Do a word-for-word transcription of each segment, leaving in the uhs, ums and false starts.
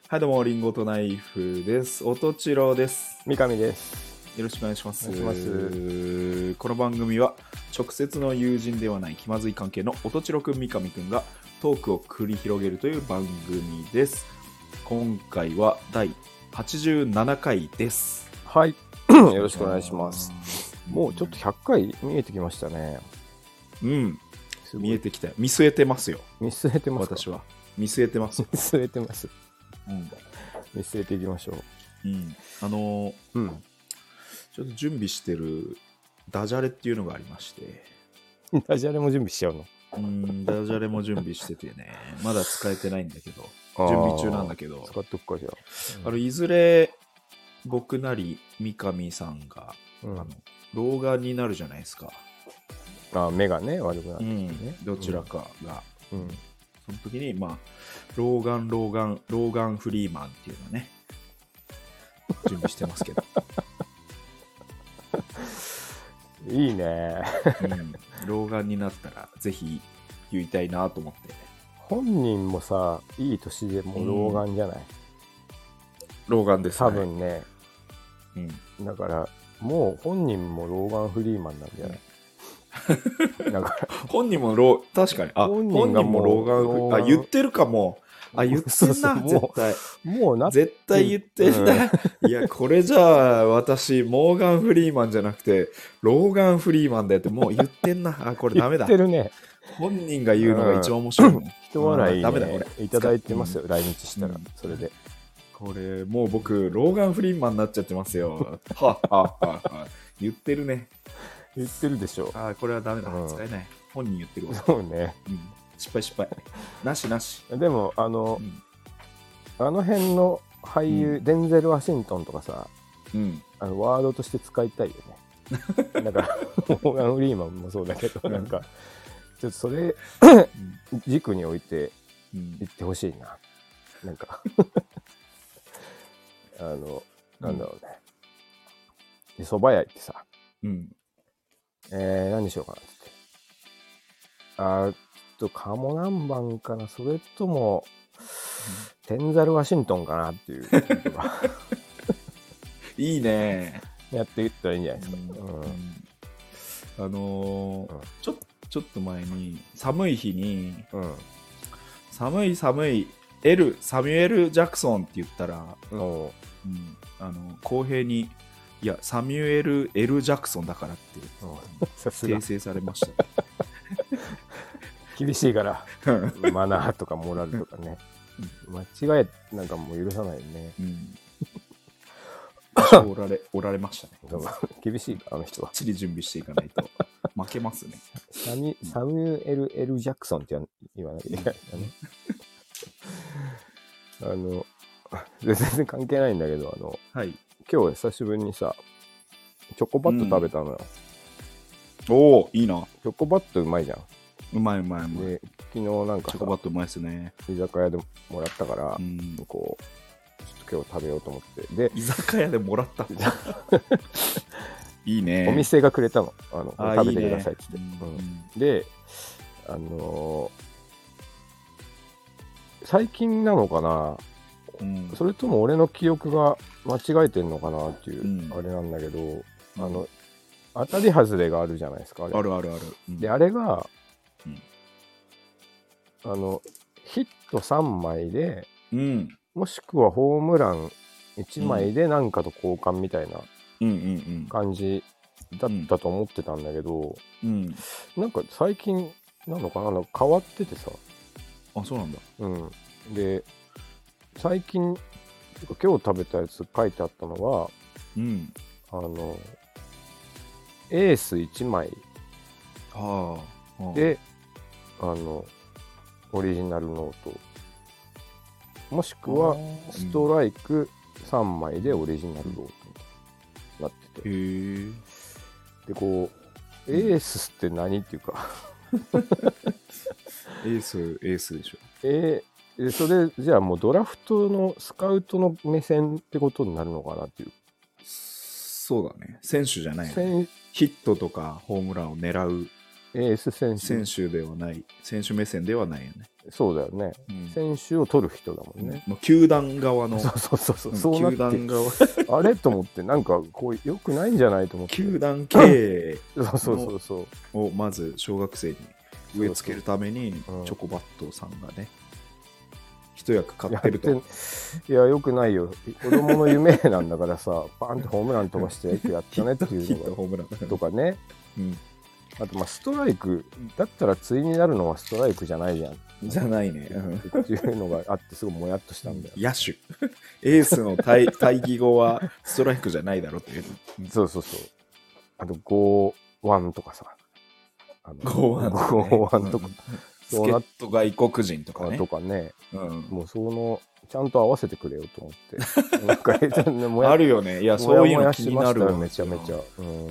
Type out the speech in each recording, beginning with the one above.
はいどうもリンゴとナイフです。音千代です。 三上です。 よろしくお願いします。 お願いします。 この番組は直接の友人ではない気まずい関係の音千代くん三上くんがトークを繰り広げるという番組です。今回はだいはちじゅうななかいです。 はい。よろしくお願いします。もうちょっとひゃっかい見えてきましたね。 うん。見えてきたよ。見据えてますよ。 見据えてますか？ 私は見据えてます。 見据えてます。 うん、 見据えていきましょう。うん。あのー、うん。ちょっと準備してるダジャレっていうのがありまして。 ダジャレも準備しちゃうの？ うん、ダジャレも準備しててね。まだ使えてないんだけど、準備中なんだけど。 使っとくかじゃあ。 うん、あのいずれ僕なり三上さんが、うん、あの老眼になるじゃないですか。 あ、目がね悪くなってね、うん、 どちらかが。 うん。 その時にまあ老眼老眼老眼フリーマンっていうのね準備してますけど。 いいね、 うん、老眼になったらぜひ言いたいなと思って。 本人もさいい年でもう老眼じゃない？うん、 老眼です、ね、 多分ね、うん、だからもう本人も老眼フリーマンなんじゃない？ だから本人も老確かにあ本人がもう老眼あ言ってるかもあ言ってんなそうそう絶対もうな絶対言ってんな、うん、いやこれじゃあ私モーガン・フリーマンじゃなくてローガン・フリーマンだよってもう言ってんなあこれダメだ言ってるね本人が言うのが一番面白いもん、うん、 人笑い、ね、 ダメだこれいただいてますよ、うん、来日したら、 うん、 それでこれもう僕ローガン・フリーマンになっちゃってますよはははは言ってるね言ってるでしょ。 あこれはダメだ、うん、使えない。本人言ってるわ。 そうね、 うん、失敗失敗なしなし。 でもあの、うん、あの辺の俳優、うん、デンゼル・ワシントンとかさ、うん、あのワードとして使いたいよね。だからモーガン・フリーマンもそうだけど、うん、なんかちょっとそれ、うん、軸に置いて言ってほしいな。なんかあのなんだろうね、で蕎麦屋行ってさ、うんえー、何にしようかなってあーっと鴨南蛮かな、それとも、うん、テンザルワシントンかなっていういいねやっていったらいいんじゃないですか、 うんうん、あのーうん、ちょちょっと前に寒い日に、うん、寒い寒いエルサミュエル・ジャクソンって言ったら、うんうん、あの公平にいやサミュエル・エル・ジャクソンだからって訂正されました、ね、 厳しいからマナーとかモラルとかね間違いなんかもう許さないよね、うん、 おられおられましたね厳しいかあの人はきっちり準備していかないと負けますねサミ、サミュエル・エル・ジャクソンって言わなきゃいけないんだねあの全然関係ないんだけどあの、はい、今日久しぶりにさチョコバット食べたのよ、 うん、おおいいなチョコバットうまいじゃんうまいうまいうまいで昨日なんかチョコバットうまいですね居酒屋でもらったから、うん、こうちょっと今日食べようと思ってで居酒屋でもらったいいねお店がくれたのあのあ食べてくださいって言って、うんうん、であのー、最近なのかな、うん、それとも俺の記憶が間違えてんのかなっていう、うん、あれなんだけど、うん、あの当たり外れがあるじゃないですかあれあるあるある、 うん、であれが、うん、あのヒットさんまいで、うん、もしくはホームランいちまいでなんかと交換みたいな感じだったと思ってたんだけど、うん、なんか最近なのかな、なんか変わっててさあそうなんだ、 うん、で最近今日食べたやつ書いてあったのは、うん、あのエースいちまいで、あのオリジナルノートもしくはストライクさんまいでオリジナルノートになってて、うん、でこうエースって何っていうかエースエースでしょ、 えー、それじゃあもうドラフトのスカウトの目線ってことになるのかなっていう。 そうだね、選手じゃないよね、ヒットとかホームランを狙うエース選手選手ではない、選手目線ではないよね。 そうだよね、うん、選手を取る人だもんね、 うん、球団側のそうそうそうそう、うん、そうなって球団側あれと思ってなんかこう良くないんじゃないと思って球団経営そうそうそうそうをまず小学生に植え付けるためにチョコバットさんがね一役買ってると。 いやよくないよ、子供の夢なんだからさバンとホームラン飛ばしてよくやったねっていうのがホームランとかね、うん、あとまあストライクだったら対になるのはストライクじゃないじゃんじゃないね、 っていうのがあってすごいもやっとしたんだよ。 野手エースの 対, 対義語はストライクじゃないだろうっていうそうそうそう。あとごワンとかさごワンとか、うん助っ人外国人とかね。 とかね、うん、もうそのちゃんと合わせてくれよと思って。なんかね、もやあるよね。いやそういうの気になるわ。 めちゃめちゃ。うんうん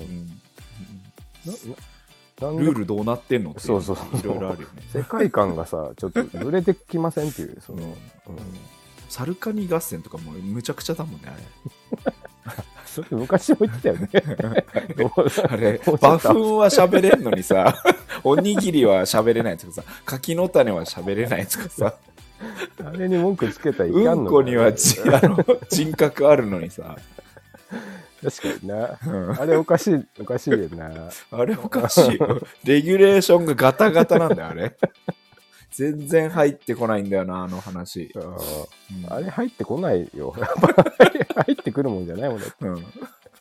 ななルールどうなってんのってそうそうそういろいろあるよね。 世界観がさちょっとずれてきませんっていうその、うんうん、 サルカニ合戦とかもむちゃくちゃだもんねあれ。 それ昔も言ってたよね。 あれバフンは喋れんのにさおにぎりは喋れないとかさ柿の種は喋れないとかさあれに文句つけたらいかんの、ね、 うんこにはじあの人格あるのにさ確かにな、うん、あれおかしいおかしいよなあれおかしいよレギュレーションがガタガタなんだよあれ全然入ってこないんだよなあの話。あ、 うん、あれ入ってこないよ入ってくるもんじゃないもんだって、うん、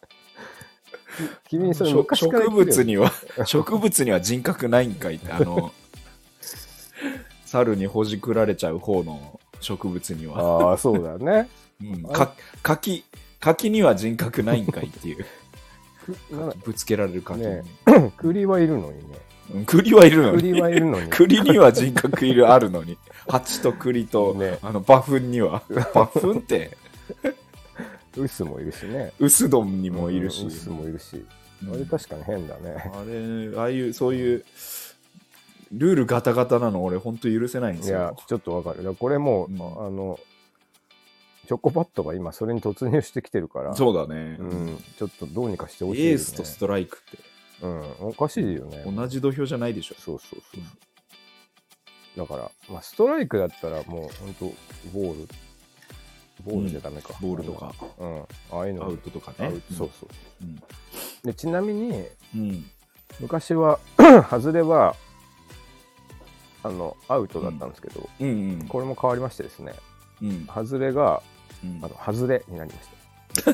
君それ昔から植物には植物には人格ないんかいってあの猿にほじくられちゃう方の植物にはああそうだね、 うん、か柿柿には人格ないんかいっていうぶつけられる柿に、ね、 栗はいるのにね栗はいるのに栗はいるのに栗には人格いるあるのに蜂と栗と、ね、あのバフンにはバフンってウスもいるしねウスドンにもいるし、 うん、ウスもいるし、うん、あれ確かに変だねあれああいうそういうルールガタガタなの俺ほんと許せないんですよ。 いやちょっとわかる。これもう、うん、あのチョコバットが今それに突入してきてるからそうだね、 うん、ちょっとどうにかしてほしい、ね、 エースとストライクってうん、おかしいよね。 同じ土俵じゃないでしょ。 そうそうそう。だから、まあ、ストライクだったらもう本当ボール、ボールじゃダメか。 うん、ボールとか、 うん、ああいうのアウトとかね。 そうそう。うん、でちなみに、 うん、 昔は外れはあのアウトだったんですけど、うんうんうん、これも変わりましてですね。うん、外れが、うん、あの外れになりました。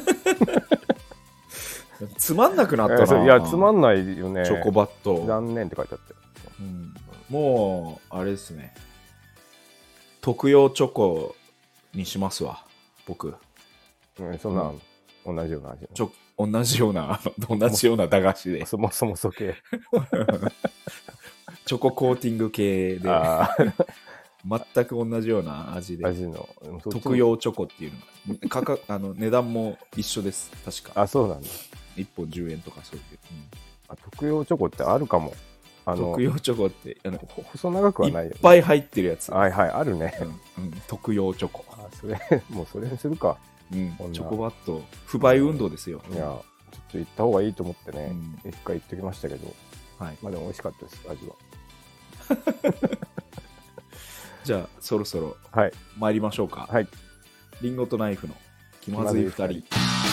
つまんなくなったな。 いやつまんないよね。 チョコバット残念って書いてあって、 うん、もうあれですね特用チョコにしますわ僕、 うん、そんな、うん、同じような味ちょ同じような同じような駄菓子でそもそもそ系チョココーティング系で全く同じような味で味の特用チョコっていうのが価格あの値段も一緒です確か。 あそうなんだ。 いっぽんじゅうえんとかそういう、うん、 あ特用チョコってあるかも。あの特用チョコってあの細長くはないよ、ね、 いっぱい入ってるやつ。 はいはいあるね、 うんうん、特用チョコ。 あそれもうそれにするか、 うん、チョコバット不買運動ですよ。 いやちょっと行った方がいいと思ってね、うん、一回行ってきましたけど、はい、まあでも美味しかったです味はじゃあそろそろ参りましょうか。 はい、 リンゴとナイフの気まずいふたり。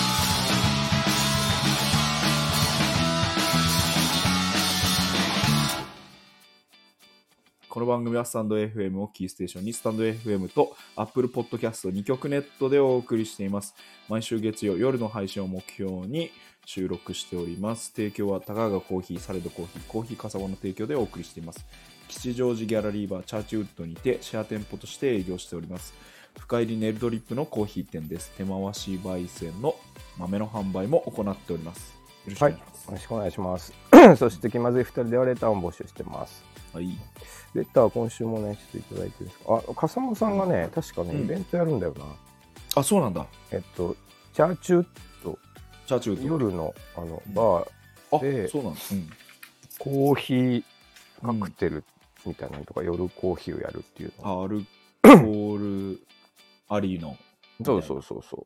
この番組はスタンド エフエム をキーステーションにスタンド エフエム と Apple Podcast にきょくネットでお送りしています。毎週月曜夜の配信を目標に収録しております。提供は高川コーヒー、サレドコーヒー、コーヒーかさばの提供でお送りしています。吉祥寺ギャラリーバーチャーチウッドにてシェア店舗として営業しております。深入りネルドリップのコーヒー店です。手回し焙煎の豆の販売も行っております。よろしくお願いします。 はい、よろしくお願いします。そして気まずいふたりではレターを募集してます。 はい。 レター今週もねちょっといただいてるんですか。あ、笠間さんがね確かね、うん、イベントやるんだよな。 あ、そうなんだ。 えっとチャーチューとチャーチュー夜のあのバーで、 うん、あ、そうなんだ、うん、 コーヒーカクテルみたいなのとか、うん、夜コーヒーをやるっていうの。アルコールありの。 そうそうそうそう。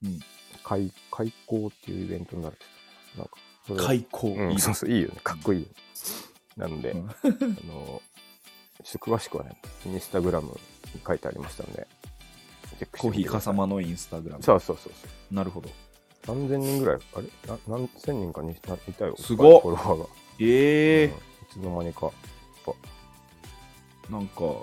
うん。 開開口っていうイベントになる。なんか開口、 うん、そうそういいよねかっこいいよ、ね。なので、うん、あのちょっと詳しくはね、インスタグラムに書いてありましたので、 チェックしてみてください。コーヒーかさまのインスタグラム。 そうそうそうそう。 なるほど。 さんぜんにんぐらい、あれな何千人かにいたよ。 すごっ。 フォロワーが。 ええーうん、 いつの間にか。 なんか、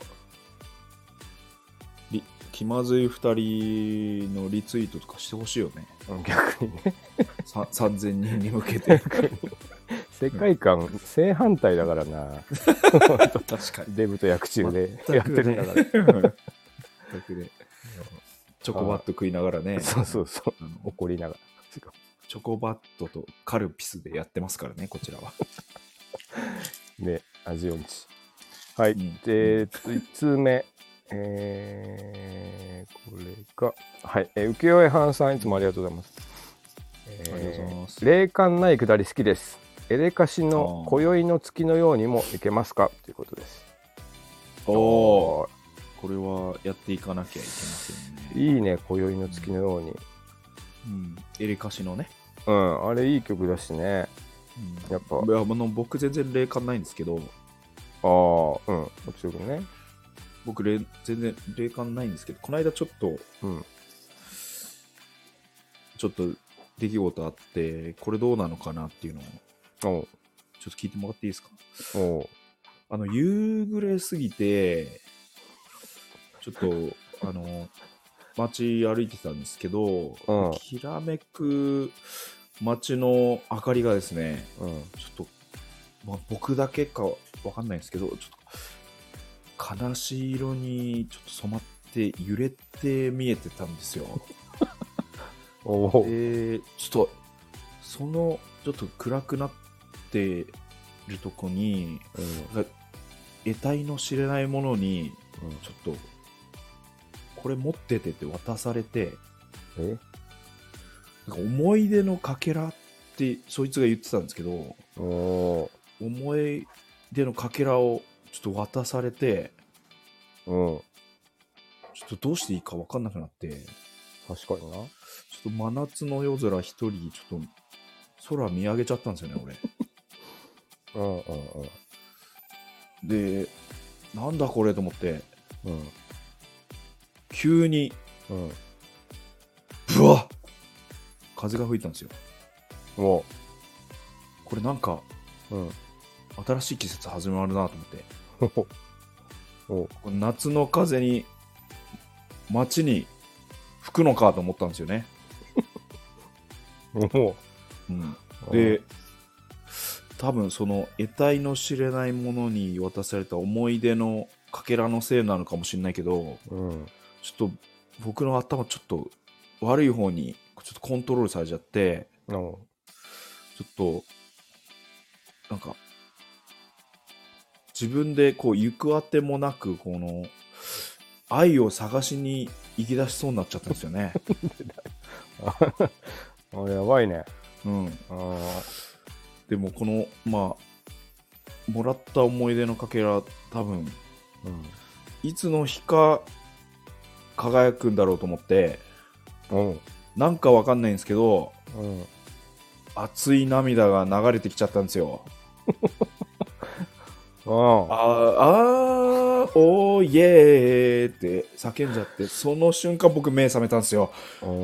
気まずいふたりのリツイートとかしてほしいよね。 逆にね。 さんぜんにんに向けて。 世界観、うん、正反対だからな。 確かに。 デブと薬中でやってるんだから。 全くね。チョコバット食いながらね。 そうそうそう。怒りながら。 チョコバットとカルピスでやってますからね、こちらは。 ね、味音痴。はい。うん、で、いちつめ。えー、これが、はい、えー、浮世絵藩さん、いつもありがとうございます。えー、ありがとうございます。霊感ないくだり好きです。エレカシの今宵の月のようにもいけますかということです。 おお、これはやっていかなきゃいけませんね。 いいね、今宵の月のように。 うん、エレカシのね。 うん、あれいい曲だしね。うん、やっぱ。いや、あの僕全然霊感ないんですけど。ああ、うん、 もちろんね。 僕全然霊感ないんですけど、この間ちょっと、うん、ちょっと出来事あって、これどうなのかなっていうのをちょっと聞いてもらっていいですか。 おあの夕暮れすぎてちょっとあの街歩いてたんですけど、うん、きらめく街の明かりがですね、うん、ちょっと、まあ、僕だけかわかんないんですけど、ちょっと悲しい色にちょっと染まって揺れて見えてたんですよ。 おでちょっとそのちょっと暗くなってるとこに、うん、得体の知れないものに、うん、ちょっとこれ持っててって渡されて、 えなんか思い出のかけらってそいつが言ってたんですけど、 お思い出のかけらをちょっと渡されて、 うん、 ちょっとどうしていいか分かんなくなって、 確かにな。 ちょっと真夏の夜空一人ちょっと空見上げちゃったんですよね、 俺。うんうんうん。で、なんだこれと思って、 うん、 急に、 うん、 ブワッ風が吹いたんですよ。 おこれなんか、うん、新しい季節始まるなと思って。おお夏の風に街に吹くのかと思ったんですよね。 おうん、で多分その得体の知れないものに渡された思い出のかけらのせいなのかもしれないけど、うん、ちょっと僕の頭ちょっと悪い方にちょっとコントロールされちゃって、 うん、 ちょっとなんか自分でこう行くあてもなくこの愛を探しに行き出しそうになっちゃったんですよね。 あ、やばいね。 うん。あでもこのまあもらった思い出のかけら多分、うん、いつの日か輝くんだろうと思って、うん、なんかわかんないんですけど、うん、熱い涙が流れてきちゃったんですよ。ああーおーイエーって叫んじゃって、その瞬間僕目覚めたんですよ。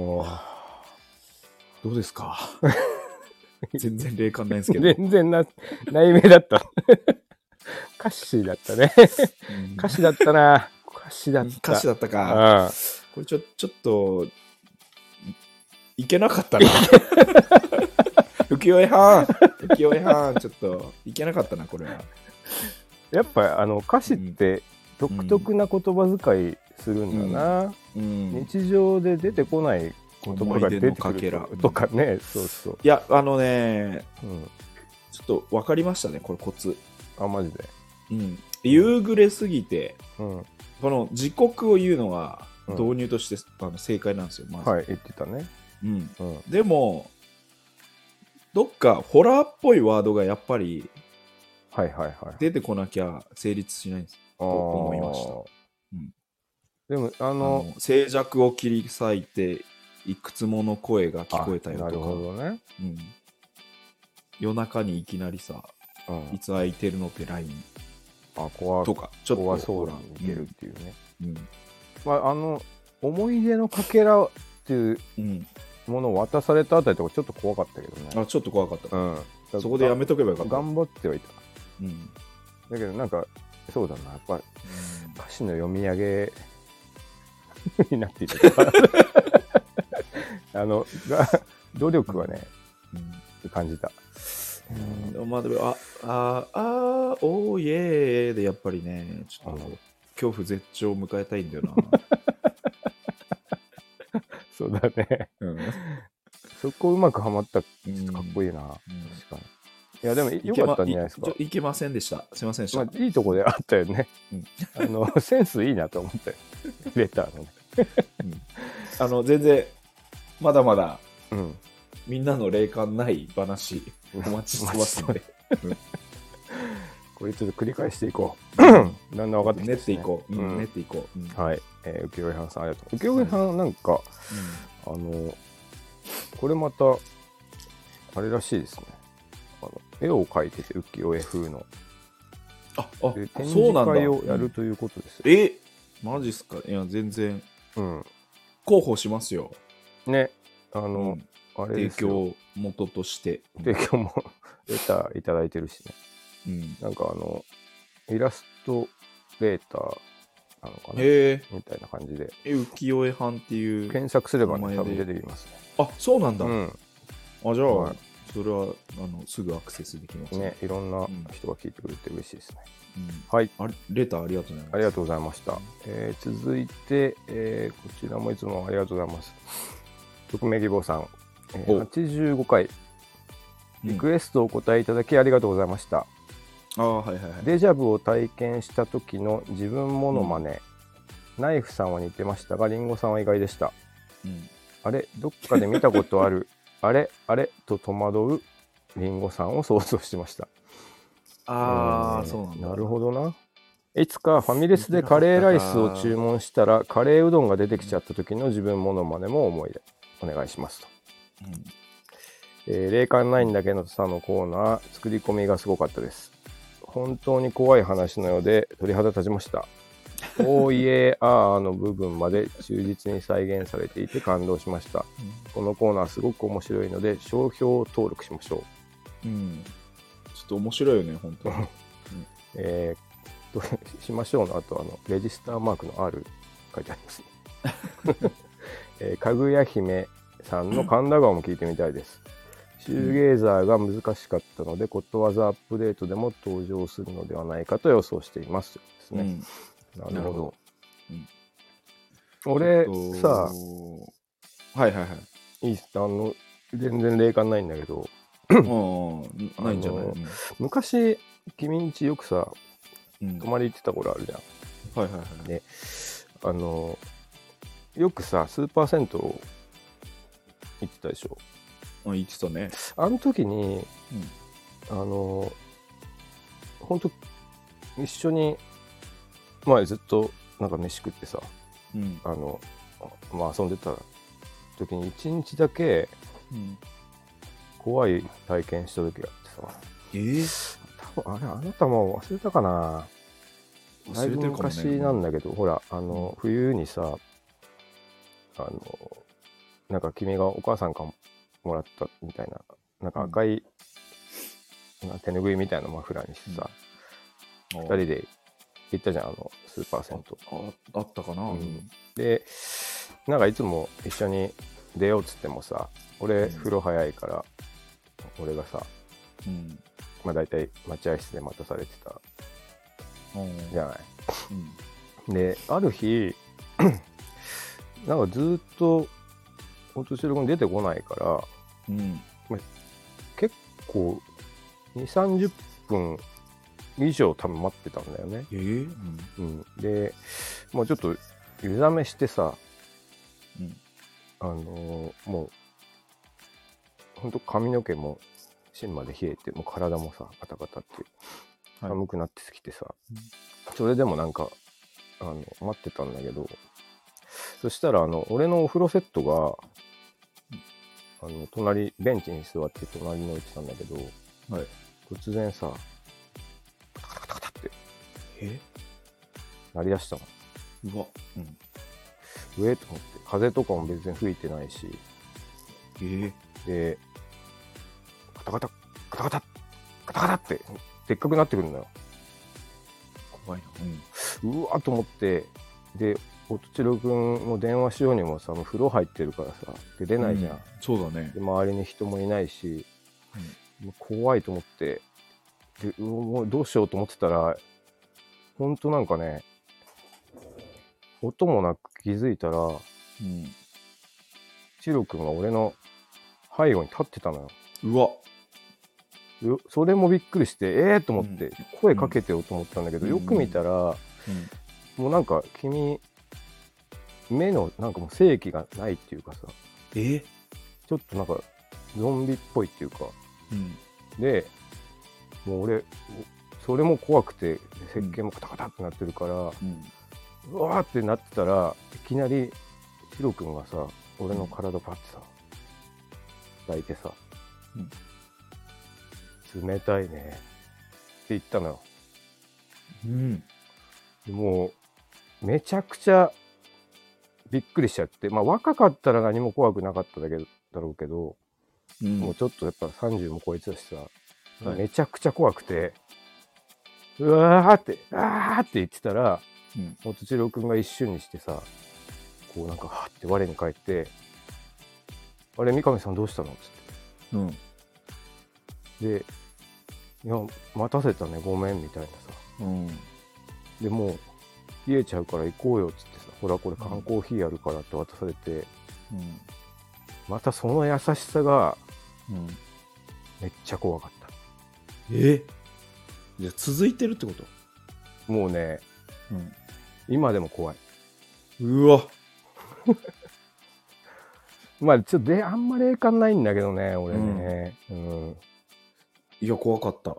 どうですか？全然霊感ないんですけど。 全然な内面だった。歌詞だったね。うん、歌詞だったな。歌詞だった。 歌詞だったか。これちょちょっといけなかったな。浮世絵班浮世絵班ちょっといけなかったなこれは。 やっぱあの歌詞って独特な言葉遣いするんだな、うんうん、日常で出てこない言葉が出てくるとかね、うん、そうそう。 いやあのね、うん、ちょっと分かりましたねこれコツ。 あマジで、 うん、夕暮れすぎて、うん、この時刻を言うのが導入として、うん、あの正解なんですよ、まず。 はい言ってたね、 うんうん、でもどっかホラーっぽいワードがやっぱりはいはいはい、 出てこなきゃ成立しないんですと思いました。うん、 でもあの静寂を切り裂いていくつもの声が聞こえたよとか、 なるほどね、 うん、夜中にいきなりさ、うん、いつ空いてるのって ラインあ、怖とかちょっと怖そうに似てるっていうね、 うん、 まあ、あの思い出のかけらっていうものを渡されたあたりとかちょっと怖かったけどね。 あ、ちょっと怖かった、 うん、 そこでやめとけばよかった。 頑張ってはいた、 うん、 だけどなんかそうだな、やっぱり、うん、歌詞の読み上げになっているかあのが努力はね、うん、感じた。 うん、まあでもあああおーイエーでやっぱりね、ちょっと恐怖絶頂を迎えたいんだよな。 そうだね、うん、そこうまくはまったらかっこいいな、うん、確かに。いやでも良かったんじゃないですか。 いけませんでした。すいませんでした。 まあ、いいとこであったよね、うん、あのセンスいいなと思ってレターのね、 うん、あの全然まだまだ、 うん、 みんなの霊感ない話お待ちしてますのでこれちょっと繰り返していこうだんだん分かってきて、ね、 練っていこう、うん、練っていこう、うん、 はい、えー、浮世絵はんさんありがとう。浮世絵はんなんか、うん、あのこれまたあれらしいですね、あの絵を描いてて浮世絵風のああで展示会をやるということですよ、 うん、えマジっすか。いや全然、うん、広報しますよね。あの、うん、あれですよ、 提供元として提供もレターいただいてるしね、うん、なんかあのイラストレーターなのかなみたいな感じで、 え浮世絵班っていう検索すればね多分出てきますね。 あ、そうなんだ、うん、あじゃあ、 はい、 それはあのすぐアクセスできますね。 ね、いろんな人が聞いてくれて嬉しいですね、 うん、 はい、 あれレターありがとうございます。 ありがとうございました、うん、えー、続いて、えー、こちらもいつもありがとうございます。匿名希望さん、えー、はちじゅうごかいリクエストをお答えいただきありがとうございました。 うん、あはいはいはい、 デジャブを体験した時の自分モノマネ、うん、ナイフさんは似てましたがリンゴさんは意外でした、うん、あれどっかで見たことあるあれあれと戸惑うリンゴさんを想像してました。 ああ、えー、そうなんだ。 なるほどな。いつかファミレスでカレーライスを注文したらカレーうどんが出てきちゃった時の自分モノマネも思い出お願いしますと、うん、えー、霊感ないんだけどさのコーナー作り込みがすごかったです。本当に怖い話のようで鳥肌立ちました。おーいえあーの部分まで忠実に再現されていて感動しました、うん、このコーナーすごく面白いので商標登録しましょう、うん、ちょっと面白いよね本当に、うん、 えー、しましょうの後あのレジスターマークの R 書いてありますね、えー、かぐや姫さんの神田川も聞いてみたいです。シューゲーザーが難しかったので、ことわざアップデートでも登場するのではないかと予想していますですね、うん、なるほど、うん、俺さはいはいはいいいあの全然霊感ないんだけどないんじゃない、うん、 昔君んちよくさ、うん、泊まり行ってた頃あるじゃん。 はいはいはい。 であのよくさスーパー銭湯行ってたでしょ。 あ言ってたね。 あの時に、うん、あの本当一緒に前ずっとなんか飯食ってさ、うん、あのまあ遊んでた時に一日だけ、うん、怖い体験した時があってさ、 えー、 多分あれあなたも忘れたかな。だいぶ昔なんだけど、ほらあの、うん、冬にさあのなんか君がお母さんからもらったみたいななんか赤い、うん、手ぬぐいみたいなマフラーにしてさ、うん、ふたりで行ったじゃんあのスーパー銭湯あ, あったかな、うん、 でなんかいつも一緒に出ようっつってもさ俺風呂早いから、うん、俺がさ、うんまあ、大体待合室で待たされてたじゃない、うん、である日なんかずっとお年寄りに出てこないから、うんまあ、結構にじゅうさんじゅっぷん以上多分待ってたんだよね、 えーうんうん、でもうちょっと湯冷めしてさ、うん、あのー、もうほんと髪の毛も芯まで冷えてもう体もさガタガタって寒くなってきてさ、はい、それでもなんかあの待ってたんだけどそしたらあの俺のお風呂セットがあの隣ベンチに座って隣に置いてたんだけど、はい、突然さカタカタカタカタってえなりだしたの。 うわ、うん。 上と思って、風とかも別に吹いてないし、 えで、カタカタ、カタカタ、カタカタって、でっかくなってくるんだよ。 怖いな。 うん。うわーと思って、で、おとちろくんも電話しようにもさ、もう風呂入ってるからさ、で出ないじゃん。うん、 そうだね。 で、周りに人もいないし、うん、もう怖いと思って、で、もうどうしようと思ってたら、ほんとなんかね、音もなく気づいたら、うん、チロ君が俺の背後に立ってたのよ。 うわ。 それもびっくりして、えーと思って、声かけてよと思ったんだけど、うん、よく見たら、うん、もうなんか君、目のなんかもう正気がないっていうかさ、 えー、 ちょっとなんかゾンビっぽいっていうか、うん、で、もう俺、それも怖くて、石鹸もカタカタってなってるから、うん、うわーってなってたら、いきなりシロ君がさ、俺の体パッてさ、抱いてさ、うん、冷たいねって言ったのよ。うん、もうめちゃくちゃびっくりしちゃって、まあ若かったら何も怖くなかっただけだろうけど、うん、もうちょっとやっぱさんじゅうも超えてたしさ、はい、めちゃくちゃ怖くて、うわーって、あーって言ってたら、おとちろくんが一瞬にしてさ、こうなんかはって我に返って、あれ三上さんどうしたのっつって、うん、で、いや待たせたねごめんみたいなさ、うん、でもう冷えちゃうから行こうよっつってさ、ほらこれ缶コーヒーあるからって渡されて、うん、またその優しさが、うん、めっちゃ怖かった。 えじゃあ続いてるってこと？ もうね、うん、今でも怖い。 うわまあちょっとであんまり霊感ないんだけどね俺ね、うんうん、 いや怖かった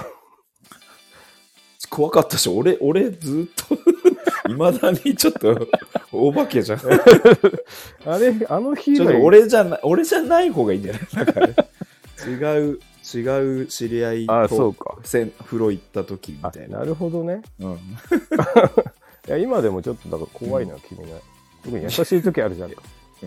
怖かったし、俺俺ずっといまだにちょっとお化けじゃんあれあの日ちょっと俺じゃない俺じゃない方がいいんじゃない？なんか、ね、違う違う知り合いとあそうか風呂行った時みたいな。 なるほどね、うん、いや今でもちょっとだから怖いのは君が、うん、優しい時あるじゃんかうん、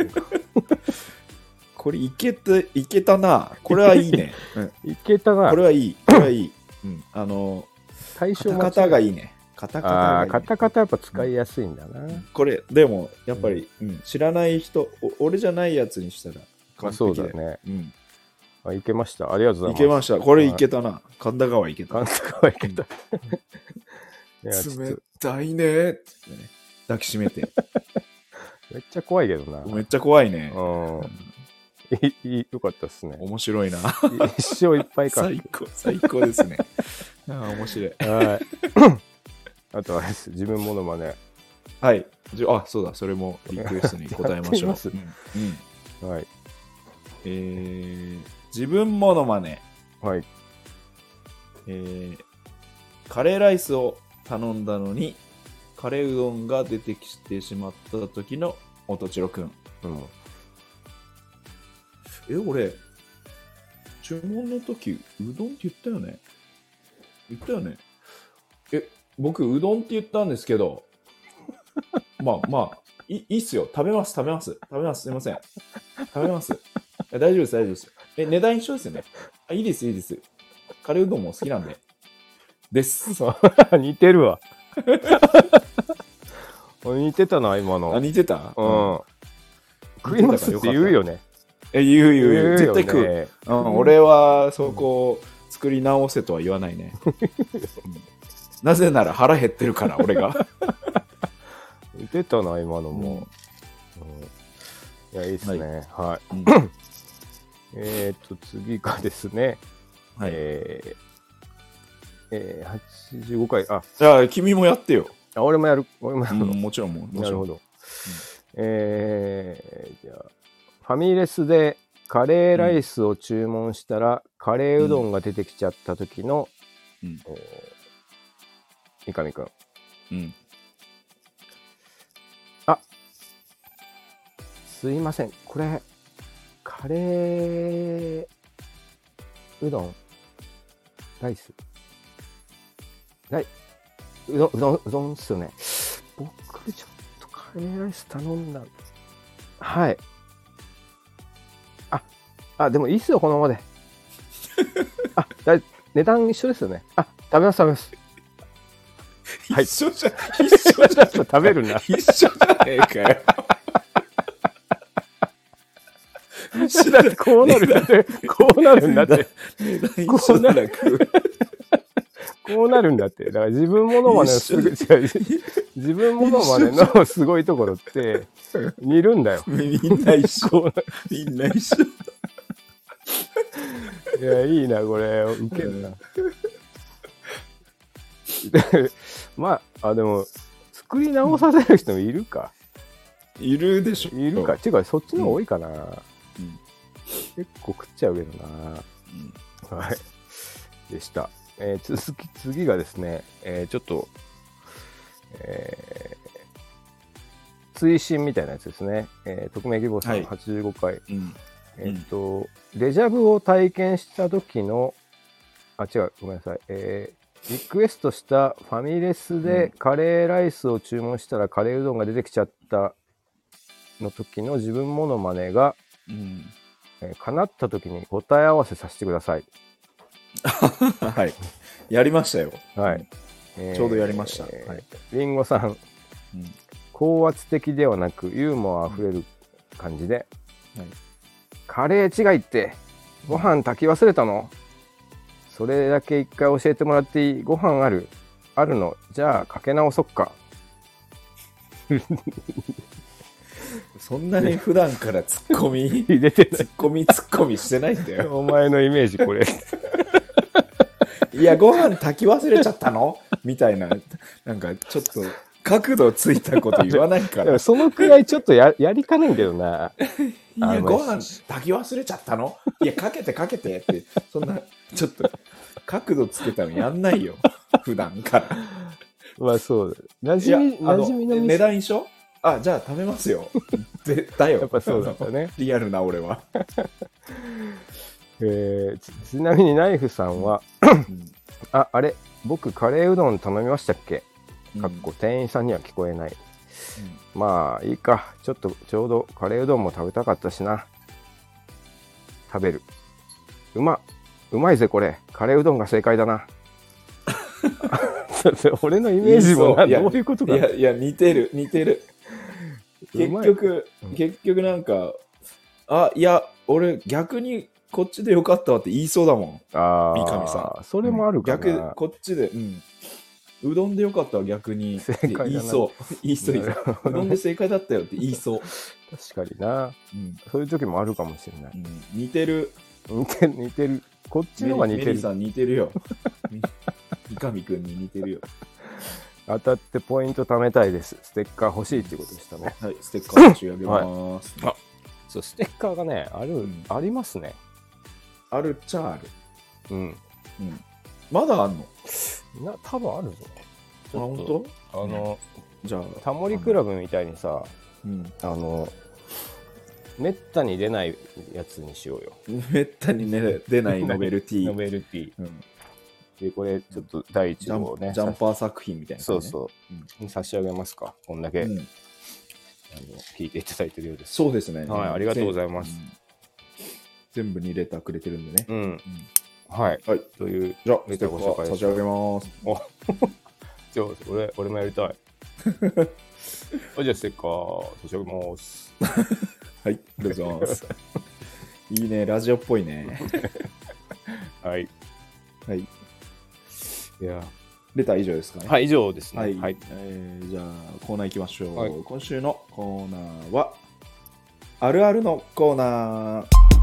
これいけたいけたな。これはいいね。 うん、いけたな。 これはいい。これはいい。うん、あの対象カタカタがいいね。カタカタがいい、ね。 カタカタやっぱ使いやすいんだな。うん、 これでもやっぱり、うんうん、知らない人、俺じゃないやつにしたら完璧で。あそうだね。うん。あいけました。ありがとうございます。 いけました。これいけたな。神田川いけた。 神田川いけた。 冷たいねって、ね、抱きしめて。 めっちゃ怖いけどな。 めっちゃ怖いね。 うん。いいよかったっすね。 面白いな。 一生いっぱいか。 最高、最高ですね。ああ、面白い。 はい。あとはです、自分モノマネ。 はい。あ、そうだ、それもリクエストに答えましょう。 うんうん、はい。 えー、自分モノマネ。 はい。 えー、カレーライスを頼んだのに、カレーうどんが出てきてしまった時のおとちろくん。うん、え、俺、注文の時、うどんって言ったよね言ったよねえ、僕、うどんって言ったんですけど、まあまあい、いいっすよ。食べます、食べます。食べます。すいません。食べます。大丈夫です、大丈夫です。え、値段一緒ですよね。あ、いいです、いいです。カレーうどんも好きなんで。です。 似てるわ。似てたな、今の。 あ、似てたうん。食いますって言うよね。 え、言う言う言う。絶対食う。うん、俺は、そこ、作り直せとは言わないね。うん、なぜなら腹減ってるから、俺が。 似てたな、今のも。うんうん、いや、いいっすね。はい。はいうん、えっと、次がですね。はい。えーえー、はちじゅうごかい。あ、 じゃあ、君もやってよ。 あ、俺もやる。俺もやる、 うん。もちろん、もちろん。 なるほど。うん、えー、じゃあ、ファミレスでカレーライスを注文したら、うん、カレーうどんが出てきちゃった時の、うんえー、三上くん。うん。あ、すいません。これ、カレーうどんライスライうどんうどんうどんっすよね。僕ちょっとカレーライス頼んだ。はい。ああでもいいっすよこのままで。あだ値段一緒ですよね。あ食べます食べます。 はい、一緒じゃ一緒じゃ食べるな。 一緒じゃねえかよ。 一緒だってこうなるんだって。こうなるんだって。 こうなる。 こうなるんだって。だから自分モノマネのすぐ自分モノマネのすごいところって似るんだよ。 みんな一緒。みんな一緒。 いやいいなこれウケるな。まああでも作り直させる人もいるか。 いるでしょ。 いるか。ていうかそっちの方が多いかな。うんうん、結構食っちゃうけどな。うん、はい。でした。えー、続き次がですね、えー、ちょっと、えー、追伸みたいなやつですね。えー、匿名希望さんはちじゅうごかい。はい、うん、えっと、デジャブを体験した時の、あ、違う、ごめんなさい。えー、リクエストしたファミレスでカレーライスを注文したらカレーうどんが出てきちゃったの時の自分モノマネが、うんえー、叶った時に答え合わせさせてください。 はい。やりましたよ。 はい。 えー、ちょうどやりました。 はい。リンゴさん、うん、高圧的ではなくユーモアあふれる感じで、うんはい、カレー違いってご飯炊き忘れたの？それだけ一回教えてもらっていい？ご飯ある？あるの？じゃあかけ直そっか。 そんなに普段からツッコミ入れてない。 ツッコミツッコミしてないんだよ。 お前のイメージこれ。 いやご飯炊き忘れちゃったのみたいな、なんかちょっと角度ついたこと言わないから。 そのくらいちょっと や, やりかねんけどな。 いやご飯炊き忘れちゃったの？いやかけてかけてってそんなちょっと角度つけたのやんないよ普段から。 まあそうなじみなじみの値段一緒？あじゃあ食べますよ。でだよ。 やっぱそうだったね。 リアルな俺は。 えー、ち, ちなみにナイフさんは、うん、ああれ僕カレーうどん頼みましたっけ？かっこ店員さんには聞こえない。うん、まあいいか。ちょっとちょうどカレーうどんも食べたかったしな。食べる。うまうまいぜこれ。カレーうどんが正解だな。俺のイメージもなどういうことか。 いやいや似てる似てる。結局、うん、結局なんかあいや俺逆にこっちでよかったわって言いそうだもん。あ三上さんそれもあるかな、 うん、逆こっちで、うん、うどんでよかったわ逆にって言いそう言いそう言いそううどんで正解だったよって言いそう。 確かにな、うん、そういう時もあるかもしれない、うん、 似てる似てる似てるこっちの方が似てる。 メリーさん似てるよ。三上くんに似てるよ。 当たってポイント貯めたいです。ステッカー欲しいっていうことでしたね。 はい、ステッカー差し上げます。 はい、あ、そうステッカーがねある、うん、ありますね。 あるっちゃある。 うん。 うん。まだあんの？ な多分あるぞ。 あ本当？ あの、 うん、じゃあタモリクラブみたいにさ、うん、あのめったに出ないやつにしようよ。 めったに、ね、出ないノベルティノベルティ、うん、でこれちょっと第一号ねジャンパー作品みたいな、ね、 そうそう、うん、差し上げますか。こんだけ、うん、あの聞いていただいてるようです。 そうですね、 はい、ありがとうございます。 全部にレターくれてるんでね、 うんうん、はい、はい、というじゃあレターご紹介差し上げます。 おじゃあ俺俺もやりたい。じゃあステッカー差し上げます。 はい、どうぞ。いいね、ラジオっぽいね。 はい。 はい。 いや、 レター以上ですかね。 はい、以上ですね。 はい。 はい、 えー、じゃあ、コーナー行きましょう。 はい、 今週のコーナーは、あるあるのコーナー。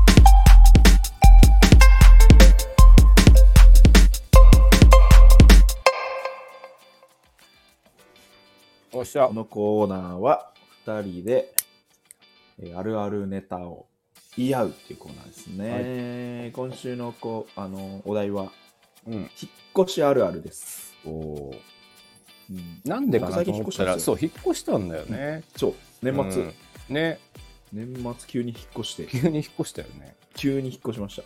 おっしゃ。 このコーナーは、ふたりで、えー、あるあるネタを言い合うっていうコーナーですね。はい、今週のこうあのお題は、うん、引っ越しあるあるです。お、 うん、なんでかなと思ったら、そう引っ越したんだよね。 うん、そう年末、うん、 ね年末急に引っ越して急に引っ越したよね。 急に引っ越しました。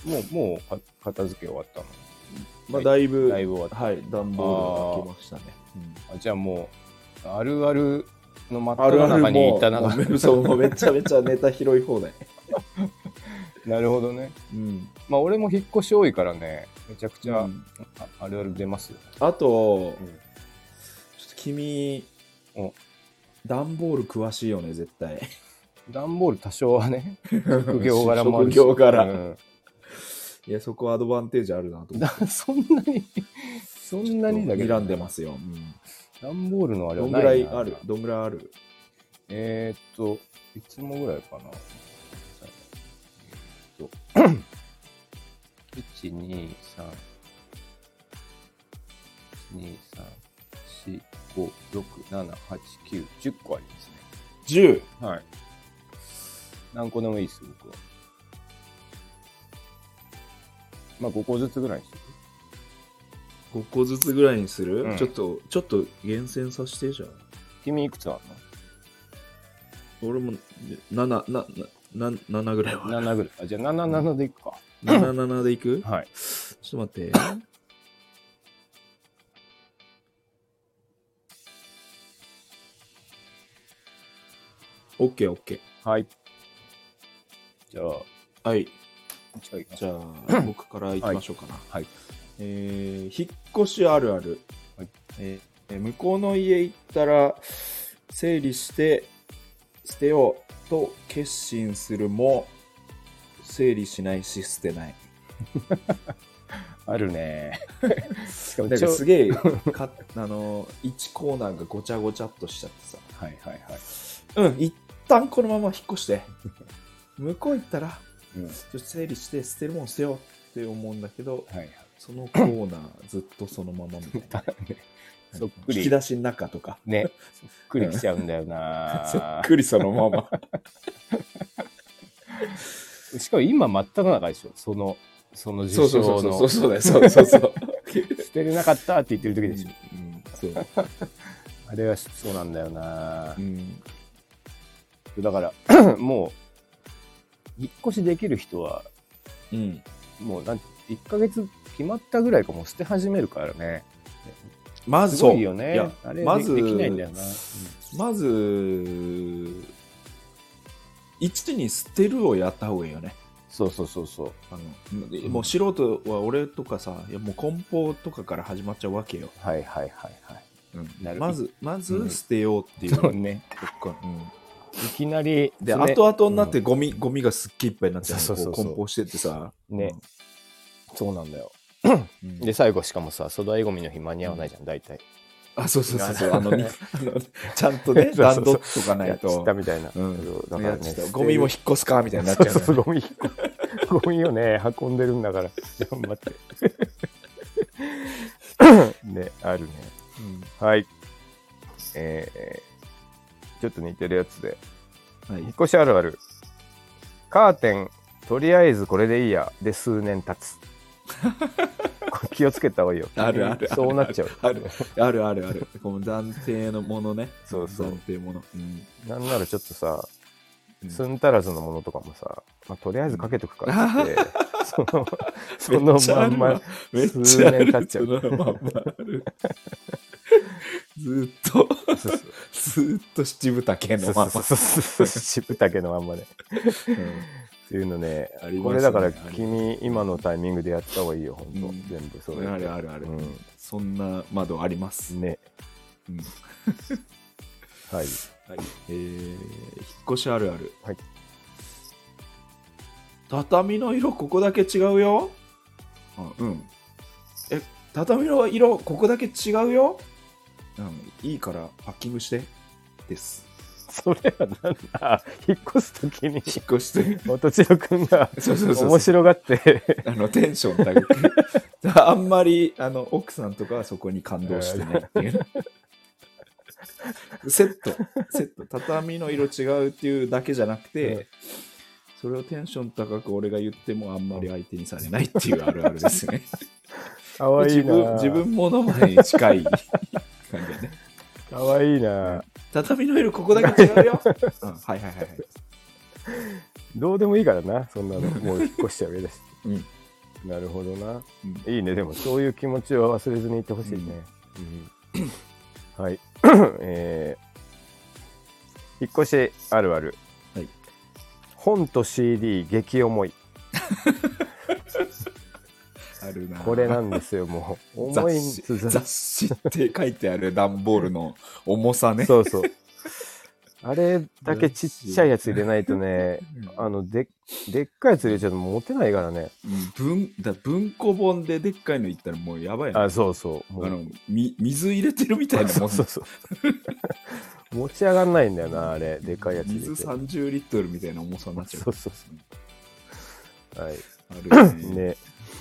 もうもう片付け終わったの。 まあだいぶだいぶ終わった。 はい、段ボールが開けましたね。うん、 あ、じゃあもうあるあるの真っ只中にいたな。 あるあるそう、めちゃめちゃネタ拾い放題。 なるほどね。うん。まあ俺も引っ越し多いからね、めちゃくちゃ、うん、あ, あるある出ますよ。 あと、うん、ちょっと君、段ボール詳しいよね、絶対。 段ボール多少はね、職業柄もあるし。 職業柄。うん、いや、そこはアドバンテージあるなと思って。 そんなに、そんなにだけど。睨んでますよ。うん、 段ボールのあれはないな。どんぐらいあるどんぐらいあるえー、っと、いつもぐらいかな。いち、に、さん、に、さん、よん、ご、ろく、なな、はち、きゅう、じゅっこありますね。 じゅう? はい。何個でもいいです、僕は。まあごこずつぐらいにする。 ごこずつぐらいにする、うん、ちょっと、ちょっと厳選させてじゃん。 君いくつあるの？俺もなな、な、な、ななぐらいは。 ななぐらい。あ、じゃあなな、ななでいくか。 なな、ななでいく？ はい。 ちょっと待って。オッケーオッケー。 はい。じゃあ、 はい。 じゃあ、 じゃあ僕からいきましょうかな。 はい。はい、 えー、引っ越しあるある。はい。えー、向こうの家行ったら整理して捨てようと決心するも整理しないし捨てない。 あるね。 しかもだからすげえかあのいちコーナーがごちゃごちゃっとしちゃってさ。 はいはいはい。 うん、一旦このまま引っ越して向こう行ったら、うん、ちょっと整理して捨てるもん捨てようって思うんだけど、はいはい、そのコーナーずっとそのままみたいな。ね、そっくり引き出しの中とかね、そっくりきちゃうんだよな。 そっくりそのまま。 しかも今真っ只中でしょ、そのその受賞の。 そうそうそうそうそうそう。 捨てれなかったって言ってる時でしょ。うんうん、そう。あれはそうなんだよな。うん、だからもう引っ越しできる人は、うん、もうなんいっかげつ決まったぐらいかもう捨て始めるからね。 まずすごいよね。いやあれまずできないんだよな。うん、 まず一に捨てるをやった方がいいよね。 そうそうそうそう。 あのもう素人は俺とかさ、いやもう梱包とかから始まっちゃうわけよ。 はいはいはいはい。 うん、まずまず捨てようっていう。 そうね。うん、いきなりで後々になってゴミ、うん、ゴミがすっげえいっぱいになっちゃう。そうそうそう。梱包してってさ。 ね。うん、そうなんだよ。うん、で最後しかもさ粗大ゴミの日間に合わないじゃん、大体。 あ、そうそうそうそう。あのちゃんとね段取っとかないと。 やっちったみたいな。 うん、だからね、ゴミも引っ越すかみたいになっちゃう。 そうそう、ゴミ引っ越す。ゴミをね運んでるんだから頑張って。ね、あるね。うん、はい。えー、ちょっと似てるやつで、はい、引っ越しあるある。カーテンとりあえずこれでいいやで数年経つ。気をつけた方がいいよ。 あるある。 そうなっちゃう。 あるあるあるある。この暫定のものね。 そうそう。 暫定もの。うん、 なんならちょっとさ、寸足らずのものとかもさ、まあ、とりあえずかけとくからって、うん、そのそのまんま数年経っちゃう。 ずっとずっと七分丈のまま。 七分丈のまんまね。っていうのね、ありますね。これだから君今のタイミングでやった方がいいよ、本当、うん、全部それ。 あるあるある、うん。そんな窓ありますね。うん、はい、 はい。えー、引っ越しあるある。 はい。 畳の色ここだけ違うよ。あ、うん。え、畳の色ここだけ違うよ。うん、いいからパッキングしてです。 それはなんだ、引っ越すときに引っ越して元千代くんが面白がってあのテンション高くあんまりあの奥さんとかはそこに感動してないっていうセットセット畳の色違うっていうだけじゃなくて、うん、それをテンション高く俺が言ってもあんまり相手にされないっていうあるあるですね。 かわいいな。 自分自分ものまねに近い感じだね。 かわいいな。 畳の色ここだけ違うよ。うん、はいはいはいはい。 どうでもいいからな、そんなのもう引っ越しちゃうわけだし。うん、なるほどな、うん。いいね、でもそういう気持ちを忘れずにいってほしいね。うんうん、 はい、えー、引っ越しあるある、はい、本と シーディー 激重いあるな。 これなんですよ。もう重い雑誌、雑誌って書いてある段ボールの重さね。 そうそう、あれだけちっちゃいやつ入れないとね、あの で, でっかいやつ入れちゃうと持てないからね。 うん、文だ文庫本ででっかいのいったらもうやばいよね。 あ、そうそう。 あのみ水入れてるみたいなもん。 そうそうそう持ち上がんないんだよな、あれでかいやつ入れて。 水さんじゅうリットルみたいな重さになっちゃう。 そうそうそう。はい。 あるね。ね、うんうん、はい。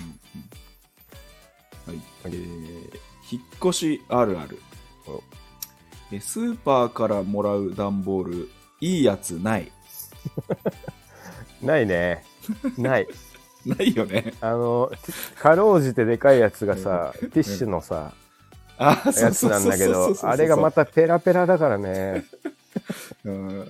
えー、引っ越しあるある。スーパーからもらう段ボール、いいやつない。 ないね。ない。 ないよね。 あの、かろうじてでかいやつがさ、うん、ティッシュのさ、うん、やつなんだけど、あれがまたペラペラだからね。 うん、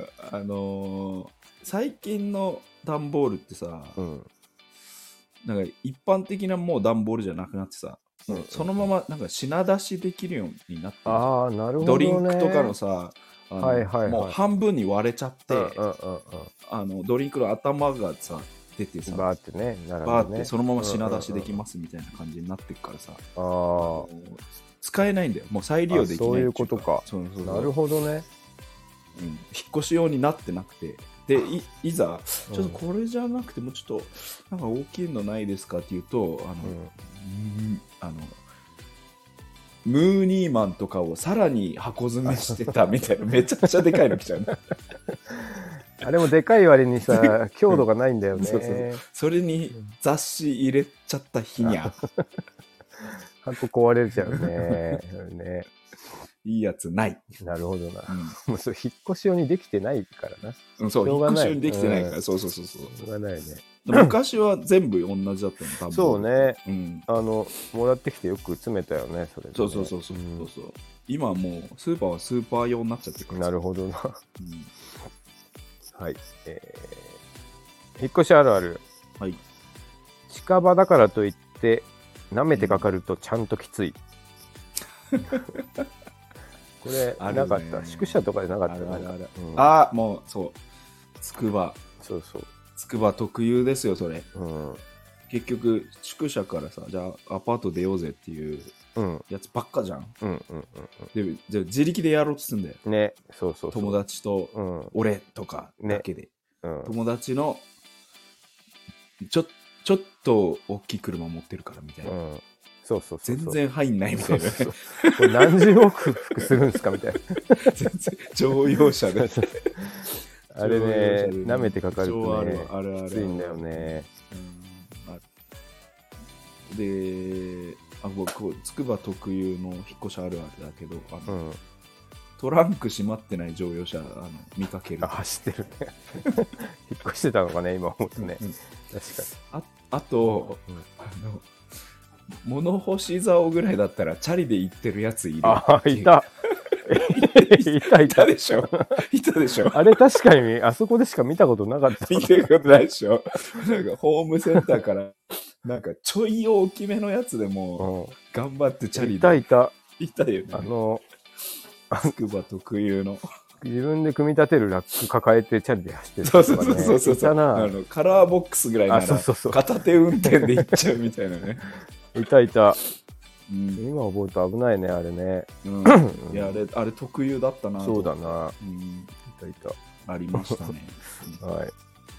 あのー、最近の段ボールってさ、うん、なんか一般的なもう段ボールじゃなくなってさ、うん、そのままなんか品出しできるようになってる。 ああ、なるほどね。 ドリンクとかのさ、あの、 はいはいはい、 もう半分に割れちゃって、 うんうんうんうん、 あのドリンクの頭がさ出てさ、 バーってね、 並んでね、バーってそのまま品出しできますみたいな感じになってるからさ、うんうんうん、あ使えないんだよ。もう再利用できない。 そういうことか。そうそうそう、なるほどね。 うん、引っ越し用になってなくて、で い, いざちょっとこれじゃなくてもうちょっとなんか大きいのないですかって言うと、あの、うん、あのムーニーマンとかをさらに箱詰めしてたみたいなめちゃくちゃでかいの来ちゃうね。 あれもでかい割にさ強度がないんだよね。そうそうそう、 それに雑誌入れちゃった日にゃ箱壊れちゃうね。ね、いいやつない。 なるほどな。うん、もうそれ引っ越し用にできてないからな。 うん、そう、引っ越し用にできてないから、うん、そうそうそうそう。 しょうがないね。 昔は全部同じだったの、多分。 そうね、うん。あの、もらってきてよく詰めたよね、それ、ね。 そうそうそうそう、うん、そうそう。今はもう、スーパーはスーパー用になっちゃってるから。 なるほどな。うん、はい。えー、引っ越しあるある。はい。近場だからといって、舐めてかかるとちゃんときつい。うんこれなかった。宿舎とかでなかった。あるあるある、 うん、ああ、もうそうつくば、 そうそう、 つくば特有ですよそれ、うん、結局宿舎からさ、じゃあアパート出ようぜっていうやつばっかじゃん、うんうんうんうん、でじゃあ自力でやろうとするんだよね。そうそうそう、 友達と俺とかだけで、ね、うん、友達のちょちょっと大きい車持ってるからみたいな、うん、 そうそうそうそう、 全然入んないみたいな、ね、そうそうこれ何十往復するんですかみたいな全然乗用車であれね、舐めてかかるとねあるあるきついんだよね、 うん、あで、あ僕つくば特有の引っ越しあるあるだけど、あの、うん、トランク閉まってない乗用車あの見かける。 あ、走ってるね引っ越してたのかね今思うとね、うん、確かに。 あ, あと、うん、あの物干し竿ぐらいだったらチャリで行ってるやついる。 あ、いたいたいたでしょいたでしょ。 あれ確かにあそこでしか見たことなかった。 見たことないでしょ。なんかホームセンターからなんかちょい大きめのやつでも頑張ってチャリで、 いたいたいたよね。 あのつくば特有の自分で組み立てるラック抱えてチャリで走ってる、 ね、そうそうそうそうそう、あのカラーボックスぐらいなら片手運転で行っちゃうみたいなね。 いたいた、うん、今覚えると危ないねあれね、 うん、いやあれあれ特有だったな。 そうだな、うん、いたいた、 ありましたねはい、はい、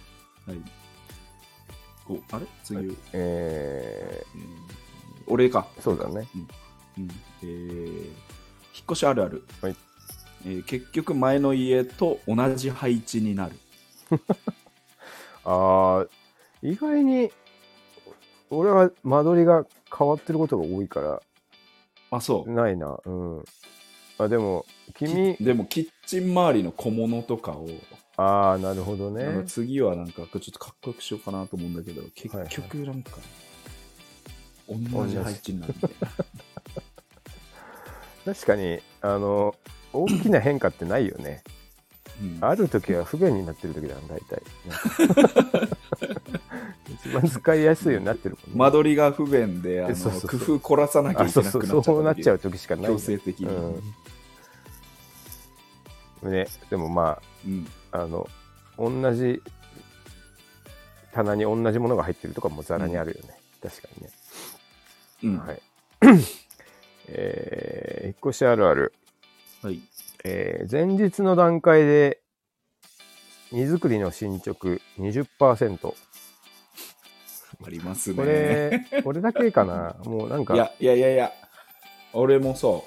おあれ次、はい、 えー、 俺か。 そうだね、 うんうん、えー、引っ越しあるある、 はい、 えー、結局前の家と同じ配置になるあー、意外に俺は間取りが変わってることが多いから。 あ、そうないな。うん。あ、でも君でもキッチン周りの小物とかを、 ああ、なるほどね。 あの次はなんかちょっとかっこよくしようかなと思うんだけど、結局なんか同じ配置になるみたいな確かにあの大きな変化ってないよね、うん、ある時は不便になってる時だ大体一番使いやすいようになってるもんね。 間取りが不便であのそうそうそう、工夫凝らさなきゃいけなくなっちゃう、 そうそうそうなっちゃう時しかない。 強制的に、うん、 ね、でもまあ、うん、あの同じ棚に同じものが入ってるとかもざらにあるよね、うん、確かにね、うん、はい。えー、引っ越しあるある、はい。えー、前日の段階で荷造りの進捗 にじゅっパーセント。 ありますね。 これこれだけかな。もうなんか、 いやいやいやいや、俺もそう。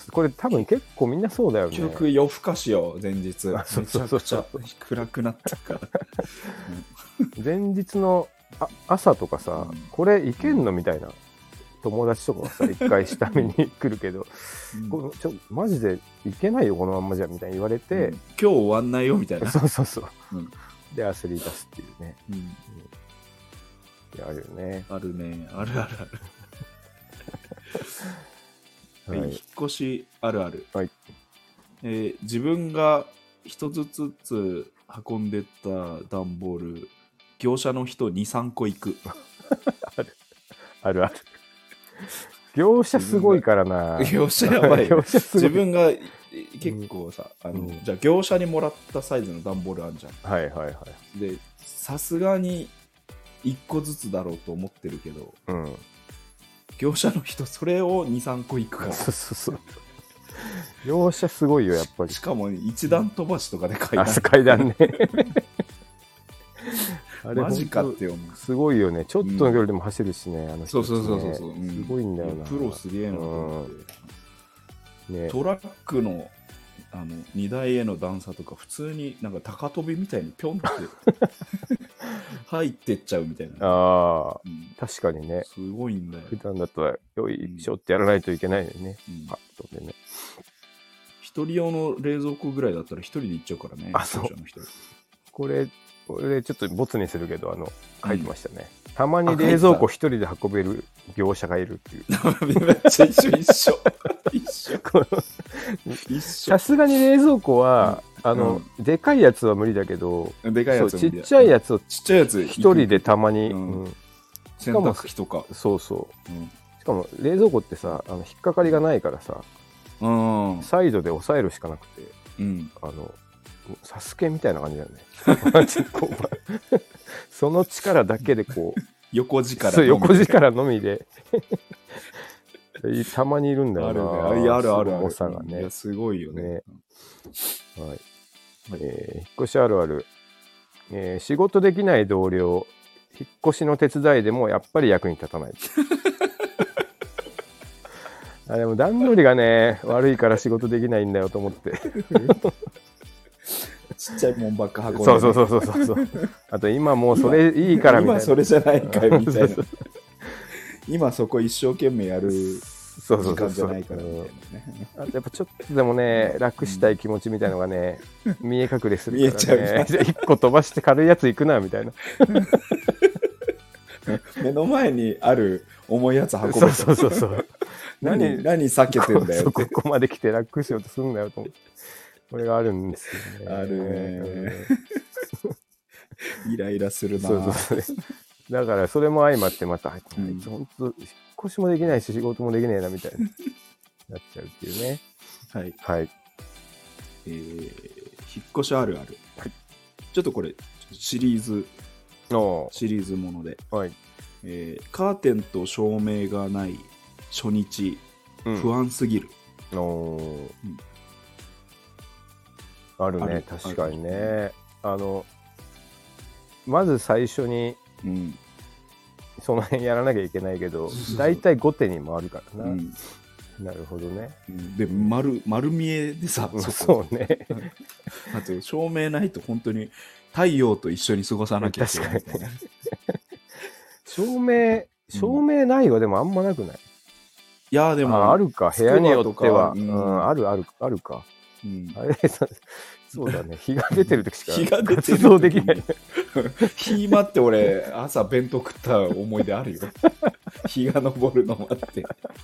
これ多分結構みんなそうだよね。 結局夜更かしよ、前日。めちゃくちゃ暗くなったから前日のあ朝とかさ、うん、これいけんのみたいな友達とかがさ一回下見に来るけど、うん、こちょマジでいけないよこのまんまじゃみたいに言われて、うん、 今日終わんないよみたいな。 そうそうそう、うん、で焦り出すっていうね、うんうん、いやあるよね。 あるね、あるあるあるはい、引っ越しあるある、はい。えー、自分が一つずつ運んでった段ボール、業者の人に、さんこ行くあるあるある。業者すごいからな。 業者やばい業者すごい。自分が結構さ、うん、あの、うん、じゃあ業者にもらったサイズの段ボールあるじゃん。 はいはいはい。 でさすがにいっこずつだろうと思ってるけど、うん、業者の人それをに、さんこいくから。そうそうそう。 業者すごいよやっぱり。 しかも一段飛ばしとかで階段。 あ、階段ね。 あれマジかって思う。 すごいよね。ちょっとの距離でも走るしね、うん、あの人、ね。 そうそうそうそう、 うん、すごいんだよな。 プロすげえなと思って、うんね。トラックのあの荷台への段差とか普通になんか高跳びみたいにピョンって入ってっちゃうみたいな。 ああ、うん、確かにね。 すごいんだよ。 普段だとよいしょってやらないといけないのにね。うん、パッとでね。 一人用の冷蔵庫ぐらいだったら一人で行っちゃうからね。 あ、そう。の人これ、これちょっとボツにするけど、あの、書いてましたね。うん、たまに冷蔵庫一人で運べる業者がいるっていう。 めっちゃ一緒一緒。一緒。 一緒。さすがに冷蔵庫は、うん、あの、うん、でかいやつは無理だけど、 でかいやつちっちゃいやつを、 ちっちゃいやつ一人でたまに、うんうん、 洗濯機とか。 そうそう。うん、しかも冷蔵庫ってさ、あの引っかかりがないからさ、うん、サイドで押さえるしかなくて、うん、あのサスケみたいな感じだよね。その力だけでこう横力のみ横力のみでたまにいるんだよな。 あるね、あるあるある。 さがね、 いやすごいよね。ね、はい、 えー、引っ越しあるある、えー、仕事できない同僚、引っ越しの手伝いでもやっぱり役に立たない。あでも段取りがね悪いから仕事できないんだよと思ってちっちゃいもんばっか運んで、ね、 そうそうそうそうそう。あと今もうそれいいからみたいな、 今それじゃないかみたいな今そこ一生懸命やる時間じゃないからみたいなね。 あとやっぱちょっとでもね楽したい気持ちみたいのがね、うん、見え隠れするからね。見えちゃう一個飛ばして軽いやつ行くなみたいな目の前にある重いやつ運ぶ。 そうそうそうそう何何避けてんだよって。 ここまで来て楽しようとするんだよと思って。これがあるんですよね。 あるね。イライラするな。 そうそうそう。だからそれも相まってまた、うん、本当引っ越しもできないし仕事もできねえなみたいになっちゃうっていうね。 はい。 はい。 えー、引っ越しあるある。はい、ちょっとこれシリーズシリーズもので、はい、えー、カーテンと照明がない初日、うん、不安すぎる。おー、うん、 あるね、る確かにね。あのまず最初に、うん、その辺やらなきゃいけないけど、だいたい後手に回るからな、うん、なるほどね、 うん、で丸丸見えでさ、 そそうねあと照明ないと本当に太陽と一緒に過ごさなきゃいけない、ね、 確かに照明照明ないはでもあんまなくない？ いやでもあ, あるか、部屋によっては、うんうん、あるあるあるか、うん、あれそうだね、日が出てる時しか活動できない。 日待って俺朝弁当食った思い出あるよ。日が昇るの待って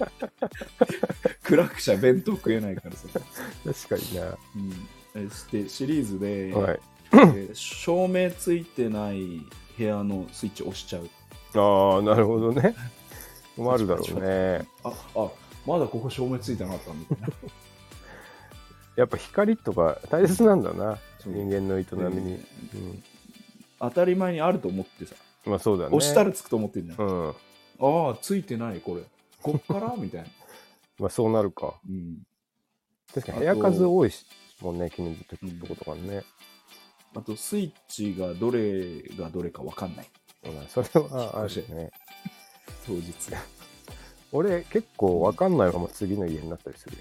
暗くちゃ弁当食えないからさ。 確かにな、 うん、してシリーズで、はい、えー、照明ついてない部屋のスイッチ押しちゃう。 ああ、なるほどね。あるだろうね。 ああ、まだここ照明ついてなかったみたいな。 やっぱ光とか大切なんだな、人間の営みに、うん、 当たり前にあると思ってさ、 まあそうだね、 押したらつくと思ってんじゃん、 うん、ああついてないこれこっからみたいなまあそうなるか、うん、確かに部屋数多いしもんね、君の時とことかね、 うん、あとスイッチがどれがどれか分かんない、 うん、それはあるね当日俺結構分かんないまま次の家になったりする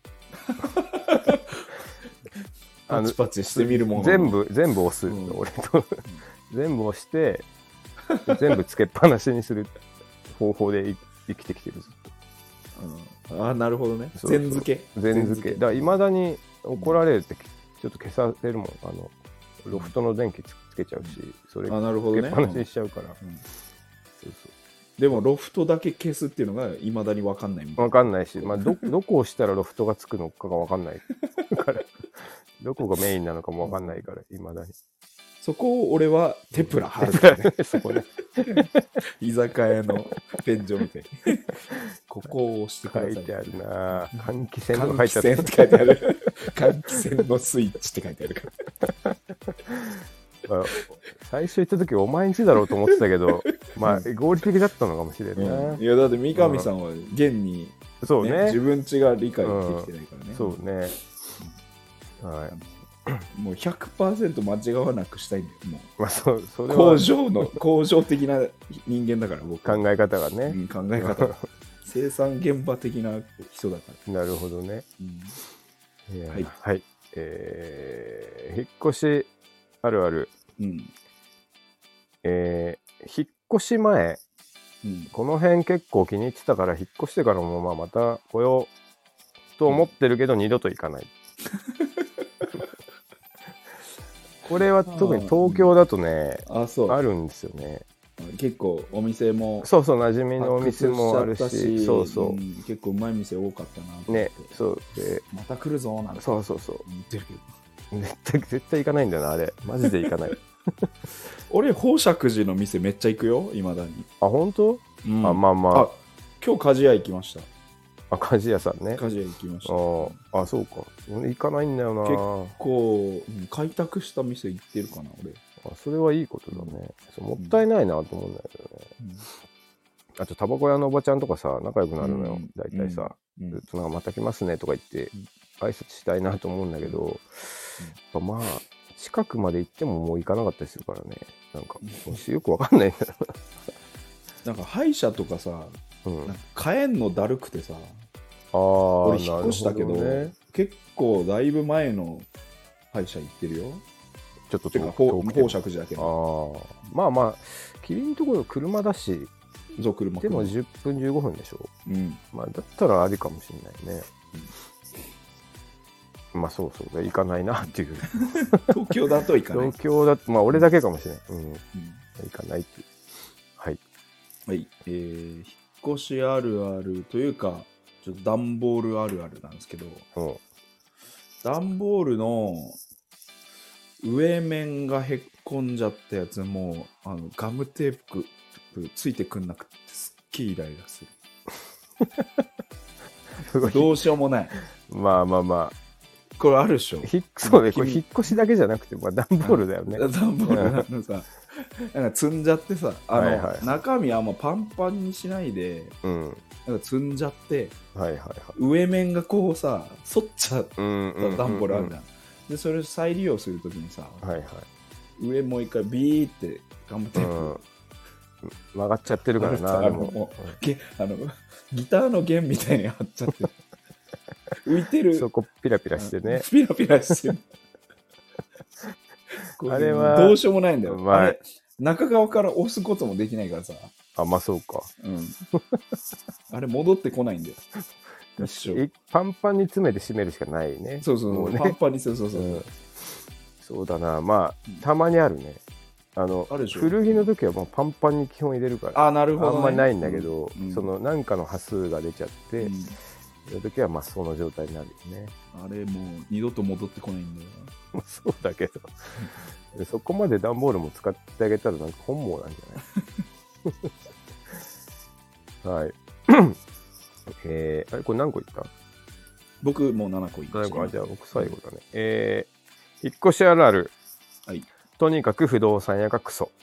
パチパチしてみるもん全部全部押す、うん、俺と、うん、全部押して全部つけっぱなしにする方法で生きてきてるずっと、うん、ああなるほどね、全付け全付けだからいまだに怒られるってちょっと消されるもん、あのロフトの電気つけちゃうし、それつけっぱなしにしちゃうから、うんうん、そうそうでもロフトだけ消すっていうのがいまだに分かんないみたいな。 分かんないし、まあ、ど, どこをしたらロフトがつくのかが分かんないからどこがメインなのかも分かんないからいまだにそこを俺はテプラ貼るからねそこね居酒屋の天井みたいにここを押してください。 書いてあるな、換気扇とか書いてある、 換気扇って書いてある換気扇のスイッチって書いてあるから最初行った時お前んちだろうと思ってたけどまあ合理的だったのかもしれないな、 うん、いやだって三上さんは現に、ね、 そうね、 自分家が理解できてないからね、 うん、そうね、うん、はいもう ひゃくパーセント 間違わなくしたいんだよもう、 まあ、そそれは工場の工場的な人間だから僕考え方がね、 うん、考え方が生産現場的な人だからなるほどね、うん、いや、はい、はい、えー、引っ越しあるある、うん、えー、引っ越し前、うん、この辺結構気に入ってたから引っ越してからもまあまた来ようと思ってるけど、うん、二度と行かないこれは特に東京だとね あ, あ, そうあるんですよね。 結構お店もそうそう馴染みのお店もあるし、そうそう、うん、 結構うまい店多かったなと思ってね、そうでまた来るぞなんてそうそうそう言ってるけど絶対絶対行かないんだよなあれ、マジで行かない俺宝石寺の店めっちゃ行くよいまだに。 あ本当、うん、あまあまあ、あ今日鍛冶屋行きました。 あ鍛冶屋さんね、 鍛冶屋行きました。 ああそうか、行かないんだよな。 結構、うん、開拓した店行ってるかな俺。 あそれはいいことだね、うん、もったいないなと思うんだけどね、うん、あとタバコ屋のおばちゃんとかさ仲良くなるのよ、うん、大体さ、うん、ずっとなんかまた来ますねとか言って挨拶したいなと思うんだけど、うん、まあ近くまで行ってももう行かなかったりするからね、なんかもうよくわかんないんだよなんか歯医者とかさ、うん、なんか帰んのだるくてさ、 あ俺引っ越したけど、ね、結構だいぶ前の歯医者行ってるよ。 ちょっとてか宝石寺だけど、あまあまあ君のところ車だし、 そう車でもじゅっぷんじゅうごふんでしょ、 うん、 まあだったらありかもしれないね、うん、まあそうそう行かないなっていう東京だと行かない東京だとまあ俺だけかもしれない、うんうん、行かないっていう。はいはい、えー、引っ越しあるあるというかちょっと段ボールあるあるなんですけど、うん、段ボールの上面がへっこんじゃったやつもあのガムテープついてくんなくてすっげえイライラするどうしようもない。 まあまあまあこれあるでしょ。 そうね、これ引っ越しだけじゃなくて、まあ、段ボールだよね。 段ボールのさなんか積んじゃってさあの、はいはい、中身あんまパンパンにしないで、うん、なんか積んじゃって、はいはいはい、上面がこうさ反っちゃった段ボールあるじゃん。でそれを再利用するときにさ、はいはい、上もう一回ビーってガムテープ、うん、 曲がっちゃってるからな。 あのもうあのギターの弦みたいに貼っちゃってる浮いてるそこピラピラしてね、 ピラピラしてるあれはどうしようもないんだよ、まあ、あれ中側から押すこともできないからさ。 あまあそうか、 うん、あれ戻ってこないんだよ一生パンパンに詰めて締めるしかないね。 そうそうそう、ね、パンパンにそうそうそう、うん、 そうだな。まあたまにあるね。あのあるでしょ。古着の時はもうパンパンに基本入れるから、 あなるほど、ね、 あんまりないんだけど、うん、その何かの端数が出ちゃって、うん、その時はまあその状態になるよね。 あれもう二度と戻ってこないんだよなそうだけどでそこまで段ボールも使ってあげたらなんか本望なんじゃないはいえー、あれこれ何個いった僕もうななこいきました、 ね、じゃあ僕最後だね、うん、えー、引っ越しあるある、 はい、 とにかく不動産屋がクソ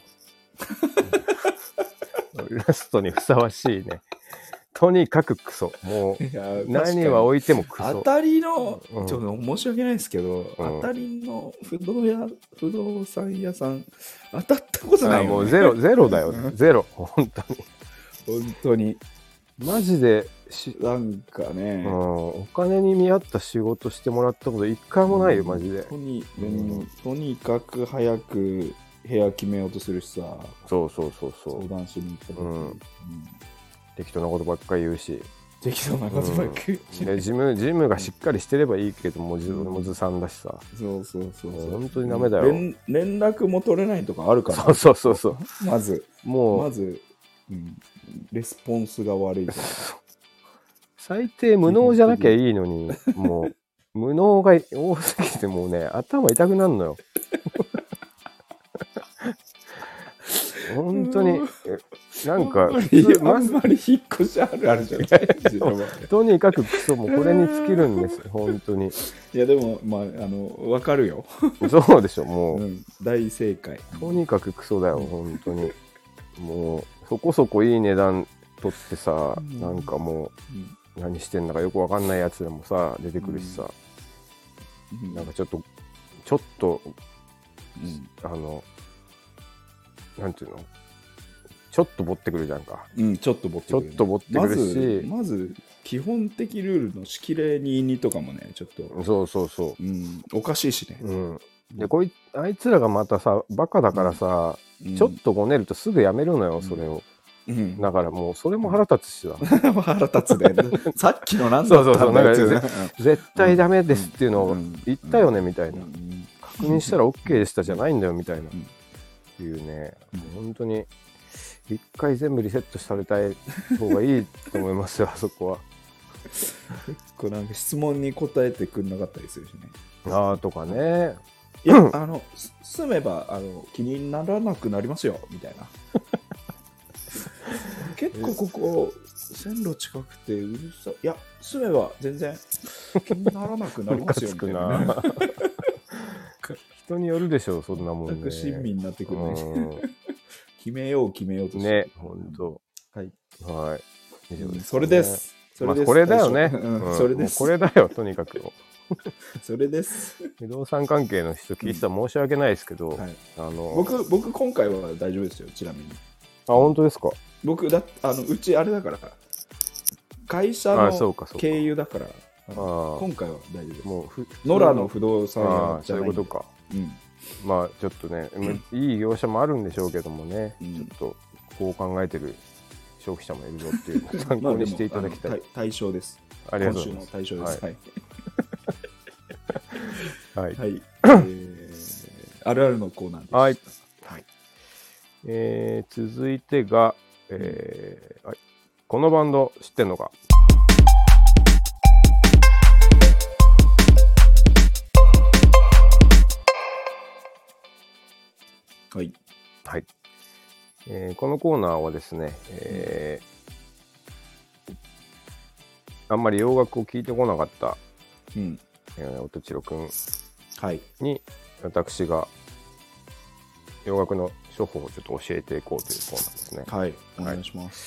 ラストにふさわしいね。とにかくクソ。もう何は置いてもクソ。 当たりの、うん、ちょっと申し訳ないですけど、うん、当たりの不動や不動産屋さん当たったことないよ、ね、 もうゼロゼロだよ、ね、ゼロ本当に本当にマジでしなんかね、 うん、お金に見合った仕事してもらったこと一回もないよ、うん、マジで。 とに、うん、とにかく早く部屋決めようとするしさ。 そうそうそうそう。 相談しに行った時、うんうん、 適当なことばっかり言うし。 適当なことばっかり言うし、 うん、ジム、ジムがしっかりしてればいいけども、ず、もずさんだしさ。 そうそうそうそう。 本当にダメだよ。 連、連絡も取れないとかあるから。 そうそうそうそう。 まず、 もう、 まず、うん、レスポンスが悪いから。 最低無能じゃなきゃいいのに、もう、無能が多すぎてもうね、頭痛くなるのよ。本当に、なんか、 あんまり、あんまり引っ越しあるあるじゃないとにかくクソもこれに尽きるんですよ、本当に。 いや、でも、まあ、あの、わかるよ。 そうでしょ、もう。 うん、大正解。 とにかくクソだよ、本当に。もう、そこそこいい値段取ってさ、うん、なんかもう、うん、何してんだかよくわかんないやつでもさ、出てくるしさ、うん、なんかちょっと、ちょっと、うん、あの、なんていうのちょっと持ってくるじゃんか。 うん、ちょっと持ってくる、ね。 ちょっと持ってくるし。 まず、まず基本的ルールのしきれににとかもね、ちょっと。 そうそうそう。 うん、おかしいしね。 うん。で、こいあいつらがまたさ、バカだからさ、うん、ちょっとごねるとすぐやめるのよ、うん、それを。うん、だからもう、それも腹立つしさ。 腹立つね。さっきのなんだったんだよ。 そうそうそう。絶対ダメですっていうのを言ったよね、みたいな。確認したら OK でしたじゃないんだよ、みたいな。いうね、もう本当に一回全部リセットされたい方がいいと思いますよあそこは。 結構なんか質問に答えてくんなかったりするしね。 ああとかね。 いやあの住めばあの気にならなくなりますよみたいな。結構ここ線路近くてうるさい。いや住めば全然気にならなくなりますよみたいな。 人によるでしょう、そんなもんね。 全く親身になってくるね。決めよう決めようとしてね、ほんと。 はい。 はい。 以上です、ね。それです。それです。 まあ、これだよね。 うん、それです。 これだよ、とにかく。 それです。 不動産関係の人聞いてたら申し訳ないですけど、うんはい、 あの僕、僕今回は大丈夫ですよ、ちなみに。 あ、本当ですか。 僕だ、あのうちあれだから、会社の経由だから、あ今回は大丈夫です。もう野良の不動産屋じゃない。 そういうことか。うん、まあちょっとね、うん、いい業者もあるんでしょうけどもね、うん、ちょっとこう考えてる消費者もいるぞっていうのを参考にしていただきたい。 対象です。 ありがとうございます。 今週の対象です。はい。 はい。 はい。えー、あるあるのコーナーです。 はい。はい。えー、続いてが、えーはい、このバンド知ってんのか。 はい、 はいえー、このコーナーはですね、えー、あんまり洋楽を聴いてこなかった、うんえー、おとちろくんに、 はい、 私が洋楽の処方をちょっと教えていこうというコーナーですね。 はい、お願いします。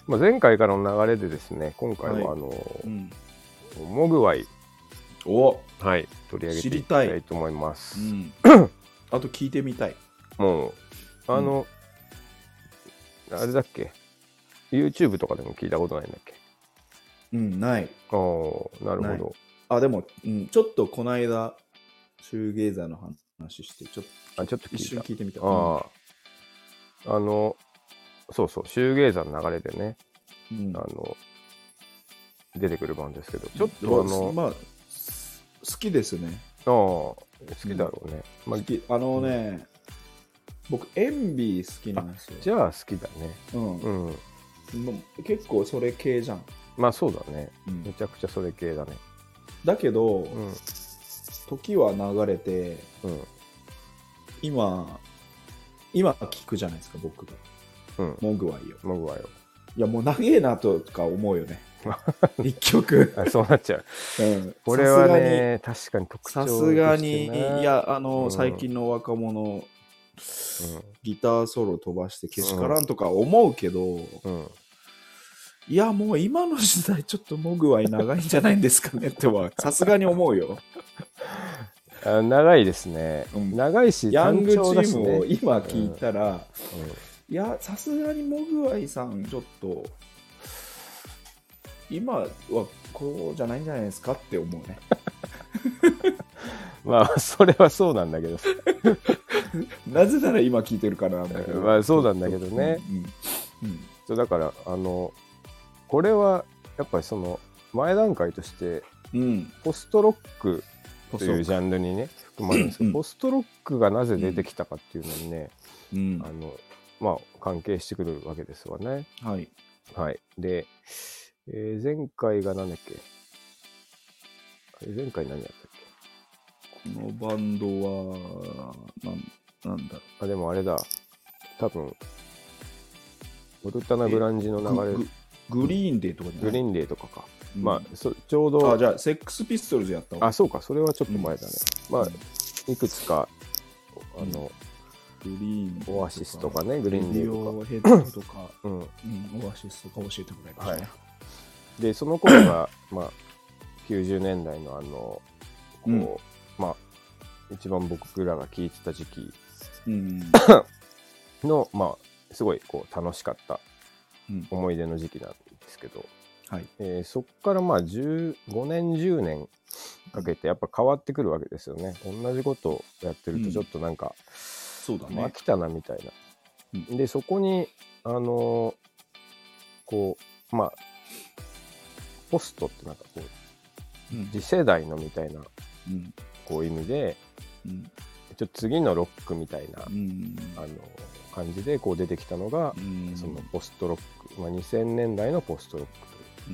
はいまあ、前回からの流れでですね、今回はあの、はいうん、モグワイを、 はい、取り上げていきたいと思います。うん、 あと聞いてみたい。 もうあの、うん、あれだっけ YouTube とかでも聞いたことないんだっけ。 うんない。 ああなるほど。 あでも、うん、ちょっとこの間シューゲイザーの話してちょっとあちょっと聞いた一瞬聞いてみた。 ああ、うん、あのそうそうシューゲイザーの流れでね、うん、あの出てくる番ですけどちょっとあのまあ好きですね。 ああ好きだろうね。 うんまあ、好きあのね。うん僕エンビー好きなんですよ。 じゃあ好きだね。 うん。うん、結構それ系じゃん。 まあそうだね、うん。めちゃくちゃそれ系だね。 だけど、うん、時は流れて、うん、今今聞くじゃないですか僕が。うん、モグワイを。 モグワイを。 いやもう長えなとか思うよね一曲あそうなっちゃう、うん、これはね確かに特徴としてさすがにいやあの、うん、最近の若者、うん、ギターソロ飛ばしてけしからんとか思うけど、うんうん、いやもう今の時代ちょっとモグワイ長いんじゃないんですかねってはさすがに思うよあ長いですね、うん、長いしヤングチームを今聞いたら、うんうん、いやさすがにモグワイさんちょっと今はこうじゃないんじゃないですかって思うねまあそれはそうなんだけどなぜなら今聞いてるからなんだけどまあそうなんだけどね、うんうんうん、そうだからあのこれはやっぱりその前段階として、うん、ポストロックというジャンルにね含まれるんですけど、うん、ポストロックがなぜ出てきたかっていうのにね、うん、あのまあ関係してくるわけですわね。 はい。 はい。で、えー、前回が何だっけ？前回何やったっけ？このバンドはなんなんだろう。 あでもあれだ。多分オルタナグランジの流れ。 グ, グ, グリーンデーとかじゃない？ グリーンデーとかか。うん、まあそちょうどあじゃあセックスピストルズやったわ。 あそうかそれはちょっと前だね。うん、まあいくつかあの。 グリーンオアシスとかねグリーンデーとかヘッドとか、うんうん、オアシスとか教えてもらいましたね、はい、 でその頃が、まあ、きゅうじゅうねんだいのあのこう、うん、まあ一番僕らが聴いてた時期の、うん、まあすごいこう楽しかった思い出の時期なんですけど、うんはいえー、そっからまあじゅうごねんじゅうねんかけてやっぱ変わってくるわけですよね。同じことをやってるとちょっとなんか、うんそうだね、 飽きたなみたいな、うん、でそこにあのー、こうまあポストってなんかこう、うん、次世代のみたいな、うん、こう意味で、うん、ちょっと次のロックみたいな、うん、あの感じでこう出てきたのが、うん、そのポストロック、まあ、にせんねんだいのポストロックという、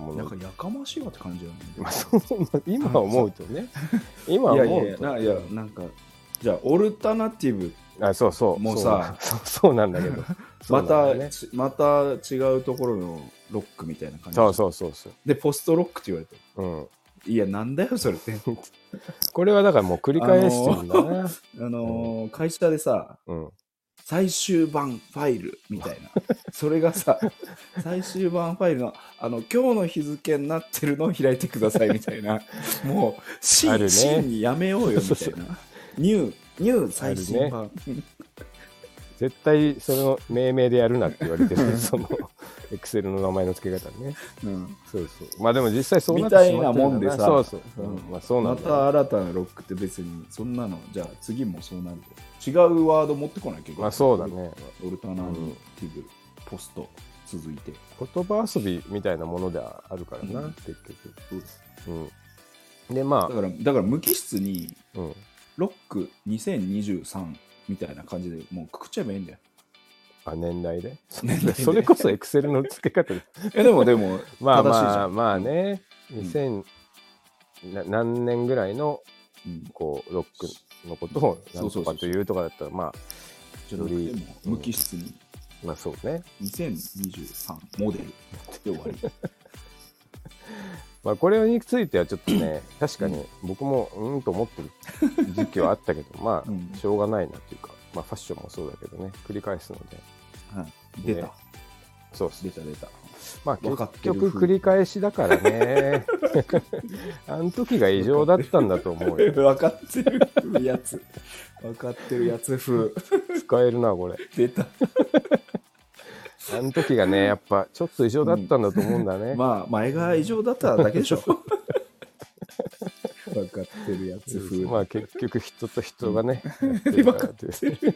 うん、なんかやかましいわって感じだね、 まあ、そう今思うとね今思うといやいやなんかじゃあオルタナティブあそうそうもうさそうそうなんだけどまた、ね、また違うところのロックみたいな感じそうそうそうそうでポストロックって言われて、うん、いやなんだよそれってこれはだからもう繰り返してるんだな、あのーあのーうん、会社でさ、うん、最終版ファイルみたいなそれがさ最終版ファイルのあの今日の日付になってるのを開いてくださいみたいなもうシーン、ね、シーンにやめようよみたいなニューニュー最新版、ね、 絶対その命名でやるなって言われてるそのエクセルの名前の付け方ね、うん、そうそうまあでも実際そうなってしまってるんだなみたいなもんでさそうそう、うんまあ、そうなんだまた新たなロックって別にそんなのじゃあ次もそうなると違うワード持ってこなきゃいけない、 まあ、そうだねオルタナティブ、うん、ポスト続いて言葉遊びみたいなものではあるからな、うん、結局そうです、うん、でまあだからだから無機質に、うんロックにせんにじゅうさんみたいな感じでもうくくっちゃえばいいんだよ。 あ年代で年代でそれこそエクセルの付け方でえでもでもまあまあまあね、うん、にせん何年ぐらいのこうロックのことを何とかというとかだったらまあちょっとでも無機質に、 うん、まあそうねにせんにじゅうさんモデルで終わりまあこれについてはちょっとね確かに僕もうんと思ってる時期はあったけどまあしょうがないなっていうかまあファッションもそうだけどね繰り返すので、 はい、出たそう出た出たまあ結局繰り返しだからねあの時が異常だったんだと思うよ分かってるやつ分かってるやつ風使えるなこれ出たあの時がねやっぱちょっと異常だったんだと思うんだね、 うん、まあ前が異常だっただけでしょ分かってるやつ風まあ結局人と人がね、 うん、分かってるやつ風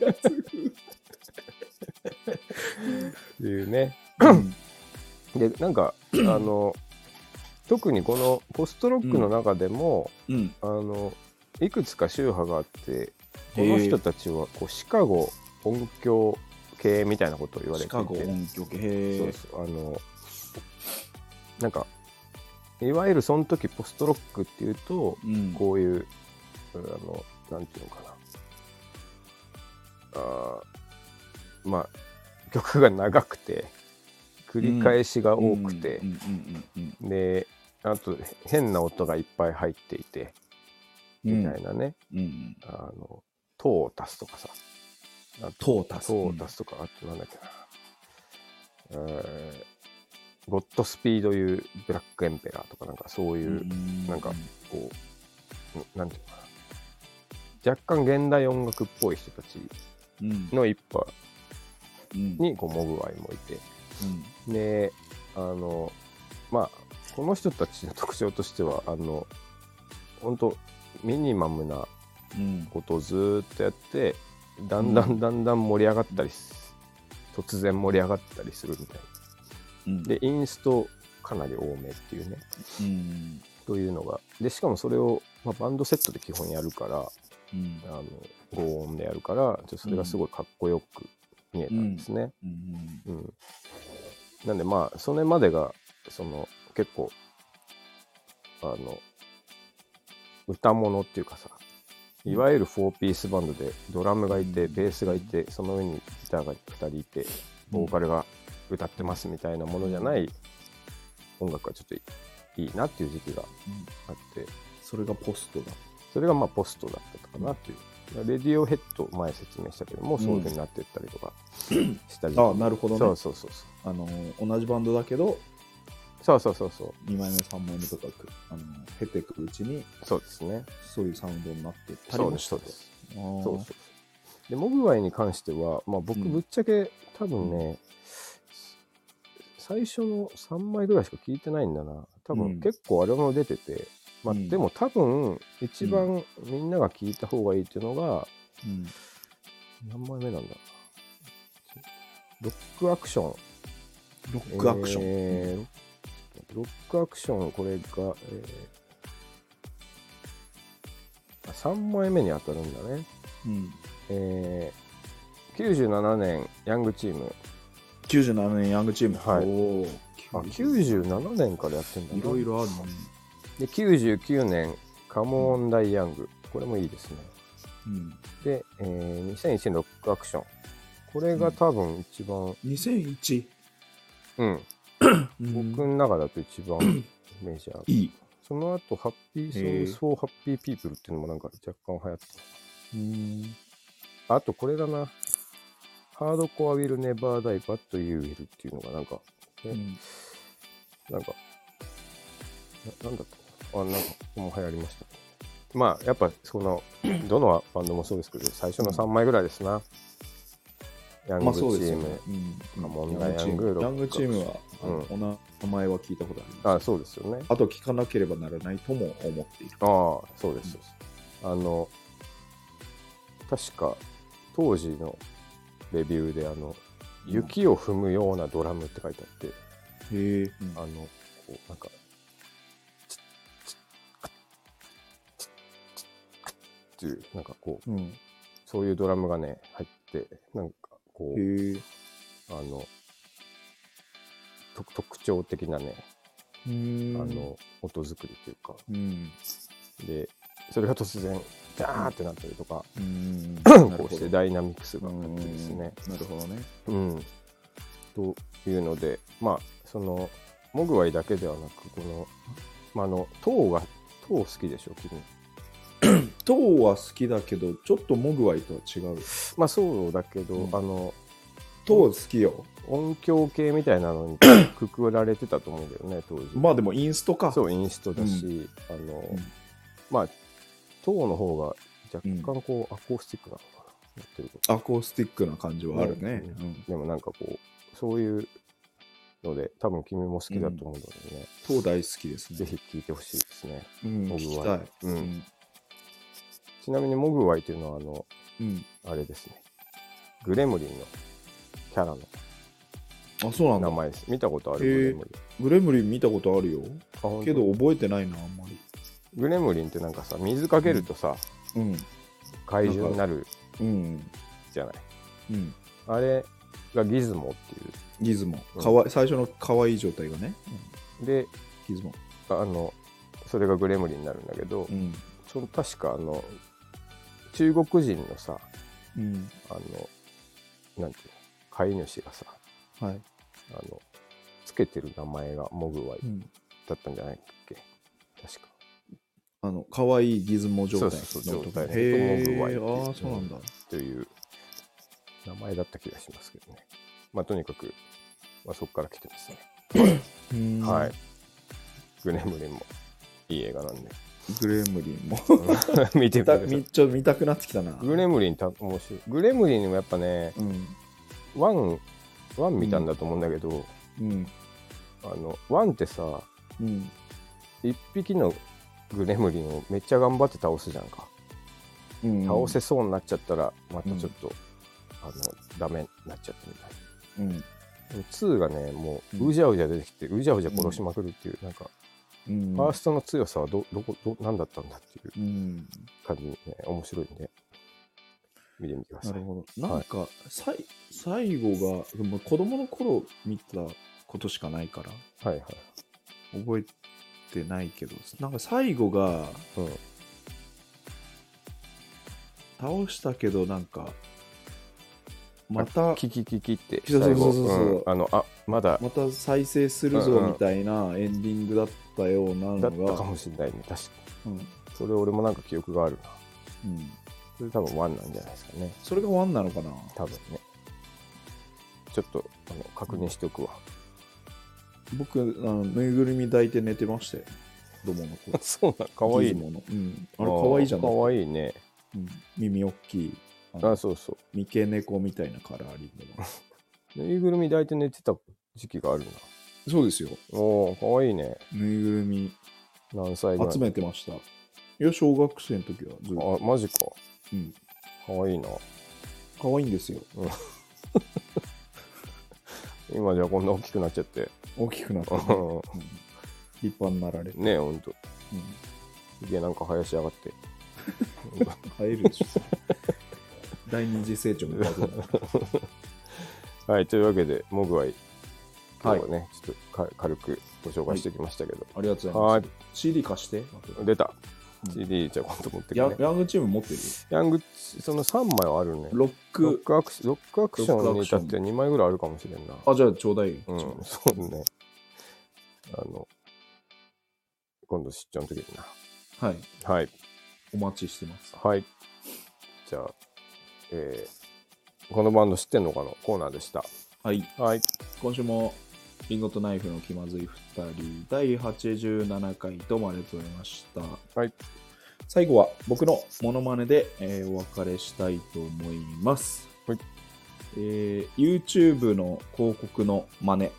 っていうねでなんかあの特にこのポストロックの中でも、うん、あのいくつか宗派があってこの人たちはこうシカゴ音響系みたいなことを言われていて、シカゴ音響系、 そうそうあのなんかいわゆるその時ポストロックっていうと、うん、こういうあのなんていうのかなあまあ曲が長くて繰り返しが多くて、であと変な音がいっぱい入っていて、うん、みたいなね、うん、あのトを足すとかさ、 トを足すトを足すとか、あとなんだっけな、えー、ゴッドスピードいうブラックエンペラーとかなんかそういう、うん、なんかこうなんていうかな、若干現代音楽っぽい人たちの一派にこうモグワイもいて、うん、であのまあこの人たちの特徴としてはあの本当ミニマムなことをずっとやって、うん、だんだんだんだん盛り上がったり、うん、突然盛り上がったりするみたいな、うん、でインストかなり多めっていうね、うん、というのがで、しかもそれを、まあ、バンドセットで基本やるから、うん、あの合音でやるからそれがすごいかっこよく見えたんですね、うんうんうん、なんでまあそれまでがその結構あの歌物っていうかさ、いわゆるフォーピースバンドでドラムがいて、うん、ベースがいて、その上にギターがふたりいて、ボーカルが歌ってますみたいなものじゃない音楽がちょっといいなっていう時期があって、うん、 それがポストだ。 それがまあポストだったかなという、うん、レディオヘッド前説明したけども、そういう風になっていったりとかした時期、 うん、あ、なるほどね。 そうそうそうそう、 あの同じバンドだけど、 そうそうそうそう、 にまいめさんまいめとかあの経ていくうちに、 そうですね、 そういうサウンドになっていったりもしたと。 そうです、そうです。そうそう。でモグワイに関しては、まあ、僕ぶっちゃけ、うん、多分ね、うん、最初のさんまいぐらいしか聞いてないんだな。多分結構アルバム出てて、うん、まあ、でも多分一番みんなが聞いた方がいいっていうのが、うん、何枚目なんだ、ロックアクション、 ロックアクション、 えーロックアクション、これが、えー、さんまいめに当たるんだね、うん、えー、きゅうじゅうななねんヤングチーム、 きゅうじゅうななねんヤングチーム、 はい、おあきゅうじゅうななねんからやってんだな、 いろいろあるね。 できゅうじゅうきゅうねんカモンダイヤング、これもいいですね、うん、で、えー、にせんいちねんロックアクション、これが多分一番、うん、 にせんいち、 うん僕の中だと一番メジャー。 いい。 その後、ハッピーソングスフォーハッピーピープルっていうのもなんか若干流行った。うん。あと、これだな。ハードコアウィルネバーダイバットユーウィルっていうのがなんか、ね、うん、なんか、な、なんだったかな。あ、なんか、もう流行りました。まあ、やっぱ、その、どのバンドもそうですけど、最初のさんまいぐらいですな。うん、ヤングチーム、カモンダイヤング、 ヤングチームは、うん、お名前は聞いたことあります。 あ、そうですよね。 あと聞かなければならないとも思っている。 ああ、そうです、そうです。あの、確か、当時のレビューで、あの、うん、雪を踏むようなドラムって書いてあって、へえ、うん、あの、こう、なんか、チッチッカッチッチッカッっていう、なんかこう、うん、そういうドラムがね、入って、なんかこう、へえ、あの、特徴的なね、あの音作りというか、うん、でそれが突然ジャーってなったりとか、うん、こうしてダイナミクスがあってですね、 なるほどね、 うん、というので、まあそのモグワイだけではなく、この、まあ、あのトーがトー好きでしょ君。 トーは好きだけどちょっとモグワイとは違う。 まあそうだけど、うん、あのトー好きよ。 音響系みたいなのにくくられてたと思うけどね、当時。 まあでもインストか。 そう、インストだし、うん、あの、うん、まあトーの方が若干こう、うん、アコースティックなのかな、やってること。 アコースティックな感じはあるね、 うんうん、でもなんかこうそういうので多分君も好きだと思うのでね、 トー大好きですね。 ぜひ聴いてほしいですね、 うん、モグワイ、うんうん、 ちなみにモグワイというのはあの、うん、あれですね、グレムリンのキャラのあ、そうなんだ。 名前です。見たことある？グレムリン。グレムリン見たことあるよ。けど覚えてないな、あんまり。 グレムリンってなんかさ、水かけるとさ、うん、怪獣になるじゃない。うん、あれがギズモっていう。 ギズモ。かわい、最初の可愛い状態がね。 うん、で、 ギズモ。 あの、それがグレムリンになるんだけど、うん、その確かあの、中国人のさ、うん、あの、なんていうの、飼い主がさ、はい、あのけてる名前がモグワイだったんじゃないっけ、うん、確かあの可愛いギズモ状態のそうそう状態のへモグワイっていう、 ああそうなんだという名前だった気がしますけどね。まあとにかく、まあ、そこから来てますねはい。グレムリンもいい映画なんでグレムリンも見てみたみちょ見たくなってきたな。 グレムリンた面白い。グレムリンもやっぱね、うん、ワンワン見たんだと思うんだけど、うん、あのワンってさ、うん、一匹のグレムリンをめっちゃ頑張って倒すじゃんか、うんうん、倒せそうになっちゃったらまたちょっと、うん、あのダメになっちゃったみたいな、うん、ツーがねもううじゃうじゃ出てきて、うじゃうじゃ殺しまくるっていう、なんかうん、ファーストの強さはどどこど何だったんだっていう感じに、ね、面白いんで見てみてください。 なるほど。なんか、はい、さい最後がもう子供の頃見たことしかないから、はいはい、覚えてないけど、なんか最後が、うん、倒したけどなんかまたキキキキって最後そうそうそうそう、うん、 あのあまだまた再生するぞみたいなエンディングだったようなのが、 だったかもしれないね、確かに、うん、それ俺もなんか記憶があるな、うん、それ多分ワンなんじゃないですかね。 それがワンなのかな多分ね。ちょっとあの確認しておくわ。 僕あのぬいぐるみ抱いて寝てましたよ、子供の頃そうな、かわいいもの、うん、あれかわいいじゃん。 かわいいね、 うん、耳大きい、 ああそうそう、 三毛猫みたいなカラーリングのぬいぐるみ抱いて寝てた時期があるな。 そうですよ。 おお、かわいいね。 ぬいぐるみ何歳ぐらい集めてました。いや小学生の時はずっと。 あ、マジか。 うん。 かわいいな。 かわいいんですよ。うん、 今じゃこんな大きくなっちゃって。 大きくなって、ね、うん、立派になられて。 ねえ、ほんと。うん。すげえなんか生やしやがって。 生えるでしょ。第二次成長の画像はい、というわけで、モグワイ、今日はね、はい、ちょっとか軽くご紹介してきましたけど。はい、 ありがとうございます。シーディー 貸して。 出た。うん、シーディー じゃあ今度持ってくね。 ヤングチーム持ってる？ ヤング、そのさんまいはあるね。 ロック。 ロックアクション、ロックアクションに至ってにまいぐらいあるかもしれんな。 あ、じゃあちょうだいよ。 うん、そうね。あの、今度出張の時にな。 はい。 はい。 お待ちしてます。 はい。じゃあ、えー、このバンド知ってんのかのコーナーでした。 はい。 はい。 今週もリンゴとナイフの気まずいふたりだいはちじゅうななかいどうもありがとうございました。 はい。 最後は僕のモノマネで、えー、お別れしたいと思います。 はい。 えー、YouTube の広告の真似。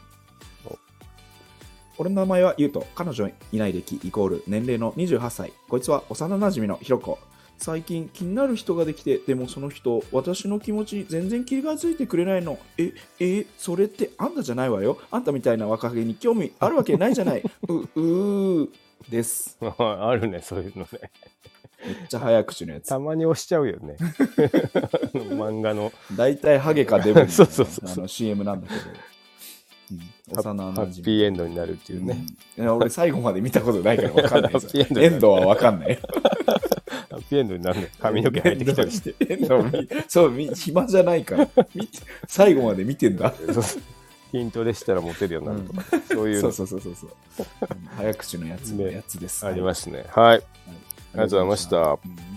俺の名前はゆうと、彼女いない歴イコール年齢のにじゅうはっさい。こいつは幼馴染のひろこ。最近気になる人ができて、でもその人、私の気持ちに全然気がついてくれないの。え、え、それってあんたじゃないわよ。あんたみたいな若気に興味あるわけないじゃない。う、うーです。 あるね、そういうのね。 めっちゃ早口のやつ。 たまに押しちゃうよね。漫画の。 だいたいハゲかデブのそうそうそうあの シーエム なんだけど。うん、幼なじみハッピーエンドになるっていうね、 うん、いや俺最後まで見たことないから分かんないですエンドは分かんないハッピーエンドになるね。髪の毛生えてきたりしてエンドそう暇じゃないから最後まで見てんだ筋トレしたらモテるようになるとか、うん、そういうそうそうそうそうそう早口のやつのやつです、 ね、ありますね。はい、はい、ありがとうございました。